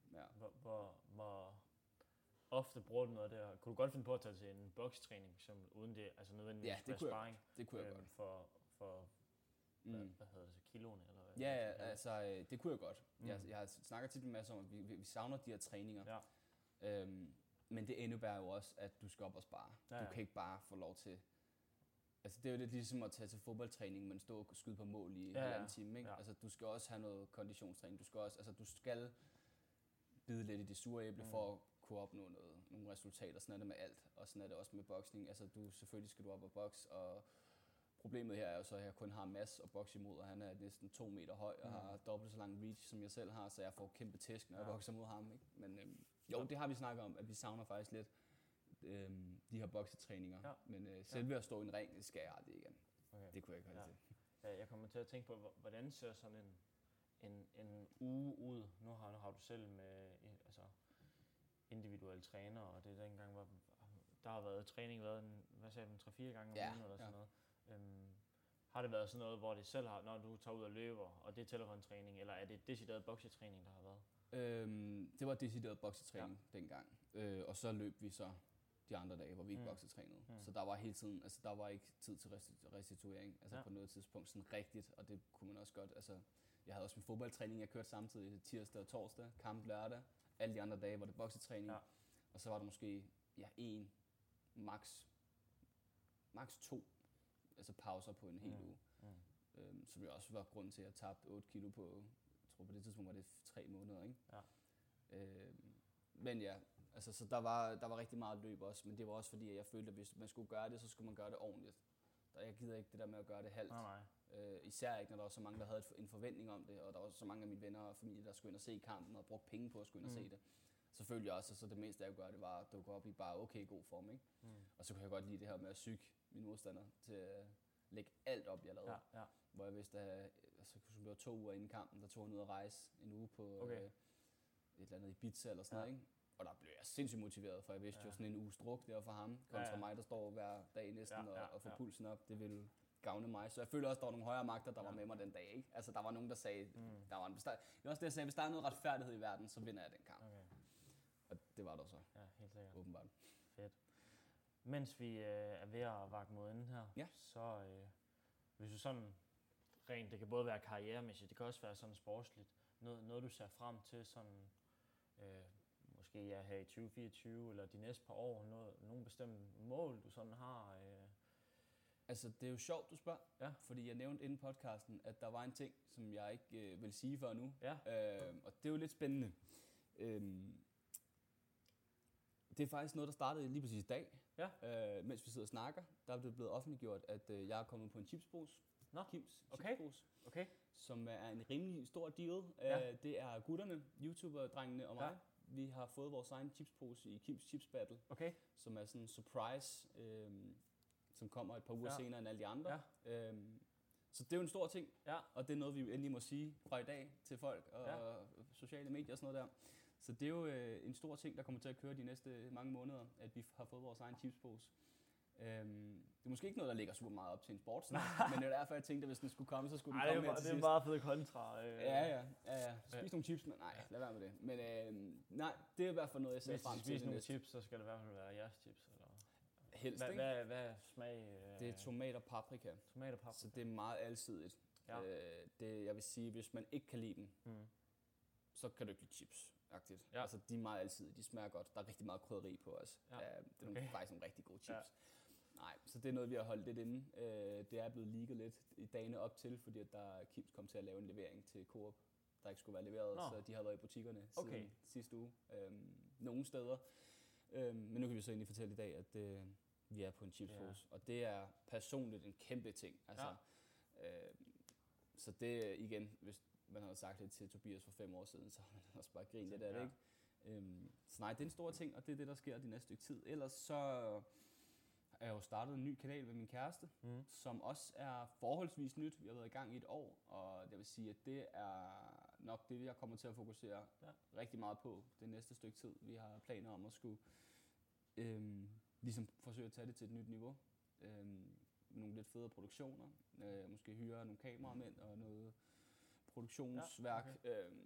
Ja. Hvor, hvor, hvor ofte bruger du noget der? Kunne du godt finde på at tage til en bokstræning, for eksempel, uden det, altså nødvendigvis Ja, det kunne jeg sparring, godt. Det kunne jeg øhm, godt. For, for Mm. hvad, hvad hedder det så, kiloene? Eller hvad, Ja, hvad ja, altså øh, det kunne jeg godt. Mm. Jeg, jeg snakker tit en masse om, at vi, vi vi savner de her træninger. Ja. Øhm, men det indebærer jo også, at du skal op og spare. Ja, Du ja. kan ikke bare få lov til... Altså det er jo lidt ligesom at tage til fodboldtræning, men stå og skyde på mål i en Ja, ja. halvanden time. Ikke? Ja. Altså du skal også have noget konditionstræning. Du skal også, altså du skal bide lidt i det sure æble Mm. for at kunne opnå noget, nogle resultater. Sådan er det med alt, og sådan er det også med boksning. Altså du, selvfølgelig skal du op og bokse, og problemet her er jo så, at jeg kun har Mads at bokse imod, og han er næsten to meter høj og Mm. har dobbelt så lang reach, som jeg selv har, så jeg får kæmpe tæsk, når jeg Ja. bokser mod ham. Ikke? Men øhm, jo, det har vi snakket om, at vi savner faktisk lidt øhm, de her boksetræninger. Ja. Men øh, selve at stå i en ring, det skal jeg aldrig igen. Okay. Det kunne jeg ikke holde Ja. til. Ja, jeg kommer til at tænke på, hvor- hvordan ser sådan en, en, en uge ud? Nu har, nu har du selv med en- altså, individuelle træner, og det er dengang, hvor der har været træning, været en, hvad sagde du, tre fire gange om Ja, ugen eller sådan ja. noget. Øhm, har det været sådan noget, hvor det selv har, når du tager ud og løber, og det tæller for en træning, eller er det decideret boksetræning, der har været? Øhm, det var decideret boksetræning ja. dengang. Øh, og så løb vi så de andre dage, hvor vi ikke Mm. mm. boksetrænede. Mm. Mm. Så der var hele tiden, altså der var ikke tid til resti- restituering, altså Ja. ja. på noget tidspunkt sådan rigtigt, og det kunne man også godt, altså jeg havde også min fodboldtræning, jeg kørte samtidig tirsdag og torsdag, kamp lørdag, alle de andre dage var det boksetræning, Ja. og så var der måske, ja, en, max, max to, altså pauser på en hel Mm. uge. Mm. Øhm, som jo også var grund til, at jeg tabte otte kilo på, jeg tror på det tidspunkt var det tre måneder, ikke? Ja. Øhm, men ja, altså så der var, der var rigtig meget løb også, men det var også fordi, at jeg følte, at hvis man skulle gøre det, så skulle man gøre det ordentligt. Der, jeg gider ikke det der med at gøre det halvt. Nej, nej. Øh, især ikke, når der var så mange, der havde et, en forventning om det, og der var så mange af mine venner og familie, der skulle ind og se kampen og brugte penge på at skulle ind og Mm. se det. Så følte jeg også, at så det meste, jeg kunne gøre, det var at dukke op i bare okay god form, ikke? Mm. Og så kunne jeg godt lide det her med at psyke mine modstandere til at lægge alt op, jeg lavede. Ja, ja. Hvor jeg vidste, at altså, det var to uger inden kampen, der tog han ud at rejse en uge på Okay. øh, et eller andet Ibiza eller sådan Ja. noget, ikke? Og der blev jeg sindssygt motiveret, for jeg vidste Ja. jo sådan en uges druk der for ham, kontra Ja, ja. mig, der står hver dag næsten Ja, og, ja, og får ja. pulsen op. Det ville gavne mig. Så jeg føler også, at der var nogle højere magter, der Ja. var med mig den dag, ikke? Altså, der var nogen, der sagde, Mm. der var en bestad... Det var også det, jeg sagde, hvis der er noget retfærdighed i verden, så vinder jeg den kamp. Okay. Og det var der så, Ja, helt sikkert. åbenbart. Fedt. Mens vi øh, er ved at vakke mod enden her, Ja. så øh, hvis du sådan rent, det kan både være karrieremæssigt, det kan også være sådan sportsligt, noget, noget du ser frem til sådan, øh, måske ja, her i tyve fireogtyve, eller de næste par år, noget, nogle bestemte mål, du sådan har? Øh. Altså, det er jo sjovt, du spørger, Ja. fordi jeg nævnte inden podcasten, at der var en ting, som jeg ikke øh, vil sige før nu. Ja. Øh, og det er jo lidt spændende. Øh, det er faktisk noget, der startede lige præcis i dag, Ja. øh, mens vi sidder og snakker. Der er det blevet offentliggjort, at øh, jeg er kommet på en chipspose. Nå, Kims okay. chipspose, okay. som er en rimelig stor deal. Ja. Øh, det er gutterne, YouTuber-drengene og mig. Ja. Ja. Vi har fået vores egen chipspose i Kims Chips Battle, Okay. som er sådan en surprise, øh, som kommer et par uger Ja. senere end alle de andre. Ja. Øhm, så det er jo en stor ting, Ja. og det er noget, vi endelig må sige fra i dag til folk og Ja. sociale medier og sådan noget der. Så det er jo øh, en stor ting, der kommer til at køre de næste mange måneder, at vi har fået vores egen chipspose. Øhm, det er måske ikke noget, der ligger super meget op til en sportsnær, men det er derfor, jeg tænkte, at hvis den skulle komme, så skulle den Ej, det komme er, her til det er sidst. meget fed kontra. Øh, Ja, ja, ja, ja. Spis Ja. nogle chips, men nej, lad være med det. Men øh, nej, det er i hvert fald noget, jeg ser Hvis frem de til. spiser det nogle næste. chips, så skal det i hvert fald være jeres chips. Eller? Helst, Hvad, ikke? hvad, hvad er smag? Øh, Det er tomat og paprika, tomat og paprika. så det er meget alsidigt. Ja. Øh, det, jeg vil sige, hvis man ikke kan lide den, Mm. så kan du ikke lide chips. Agtigt. Ja. Altså, de er meget alsidige, de smager godt. Der er rigtig meget krydderi på os. Ja. Ja. det er nogle, Okay. faktisk nogle rigtig gode chips. Ja. Ja. Nej, så det er noget, vi har holdt lidt inde. Øh, det er blevet leaget lidt i dagene op til, fordi at der Kims kom til at lave en levering til Coop, der ikke skulle være leveret, Nå. så de har været i butikkerne Okay. siden sidste uge. Øhm, nogle steder. Øhm, men nu kan vi så egentlig fortælle i dag, at øh, vi er på en chipspose, og det er personligt en kæmpe ting. Altså, ja. øh, så det igen, hvis man havde sagt det til Tobias for fem år siden, så har man også bare grinet lidt af det, Ja. ikke? Øhm, så nej, det er en stor ting, og det er det, der sker de næste stykke tid. Ellers så er jeg jo startet en ny kanal med min kæreste, Mm. som også er forholdsvis nyt. Vi har været i gang i et år, og det vil sige, at det er nok det, jeg kommer til at fokusere Ja. rigtig meget på det næste stykke tid. Vi har planer om at skulle øhm, ligesom forsøge at tage det til et nyt niveau. Øhm, med nogle lidt federe produktioner. Øh, måske hyre nogle kameramænd og noget produktionsværk. Ja, øhm,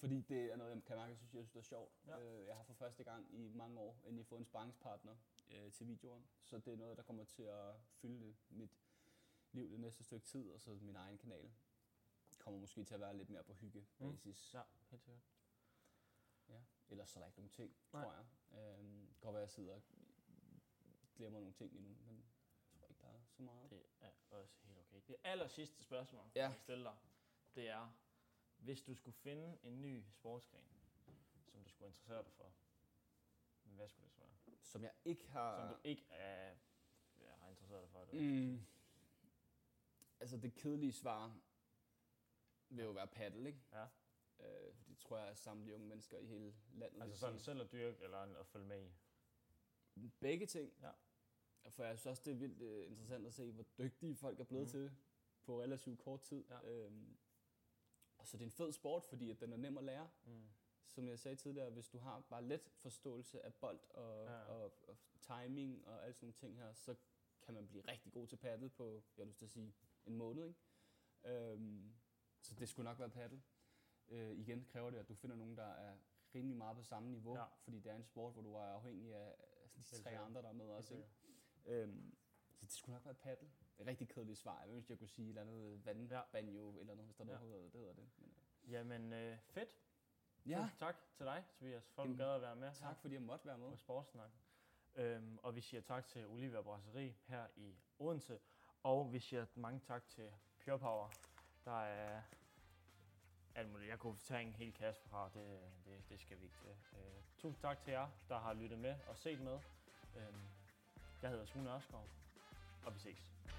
Fordi det er noget, jeg kan mærke, jeg synes, jeg synes det er sjovt. Ja. Øh, jeg har for første gang i mange år endelig fået en sparringspartner øh, til videoer. Så det er noget, der kommer til at fylde mit liv det næste stykke tid, og så min egen kanal kommer måske til at være lidt mere på hyggebasis. Mm. Ja, helt sikkert. Ja. Ellers så er der ikke nogen ting, Nej. tror jeg. Øhm, godt være, at jeg sidder og glemmer nogle ting endnu, men jeg tror ikke, der er så meget. Det er også helt okay. Det aller sidste spørgsmål, Ja. jeg stiller dig, det er, hvis du skulle finde en ny sportsgren, som du skulle interessere dig for, hvad skulle det så være? Som jeg ikke har... Som du ikke er, ja, har interesseret dig for? Det Mm. Altså det kedelige svar vil jo være paddle, ikke? Ja. Øh, det tror jeg, at samtlige unge mennesker i hele landet Altså vil sådan sige. selv at dyrke, eller at følge med i? Begge ting. Ja. For jeg synes også, det er vildt uh, interessant at se, hvor dygtige folk er blevet Mhm. mm. til på relativt kort tid. Ja. Øhm, og så det er en fed sport, fordi at den er nem at lære. Mm. Som jeg sagde tidligere, hvis du har bare let forståelse af bold og, Ja, ja. ja. og, og timing og alle sådan nogle ting her, så kan man blive rigtig god til paddle på, jeg har lyst til at sige, en måned. Ikke? Øhm, så det skulle nok være paddle. Øh, igen kræver det, at du finder nogen, der er rimelig meget på samme niveau, Ja. fordi det er en sport, hvor du er afhængig af de tre sikkert. andre, der er med også. Ikke? Helt Øhm, så det skulle nok være paddle. Et rigtig kedeligt svar. Jeg ønsker, jeg kunne sige et eller andet vandbanjo eller noget, hvis der er Ja. noget, der hedder det. Hedder det. Men, øh. Jamen, øh, fedt. Ja, Tusind tak til dig, Tobias, for at du Jamen, gad at være med her tak fordi jeg måtte være med. på Sportssnak. Øhm, og vi siger tak til Olivia Brasserie her i Odense. Og vi siger mange tak til Pure Power. Der er alt muligt. Jeg kunne tage en hel kasse fra, det, det, det skal vi ikke til. Øh, tusind tak til jer, der har lyttet med og set med. Øhm, jeg hedder Sune Ørskov, og vi ses.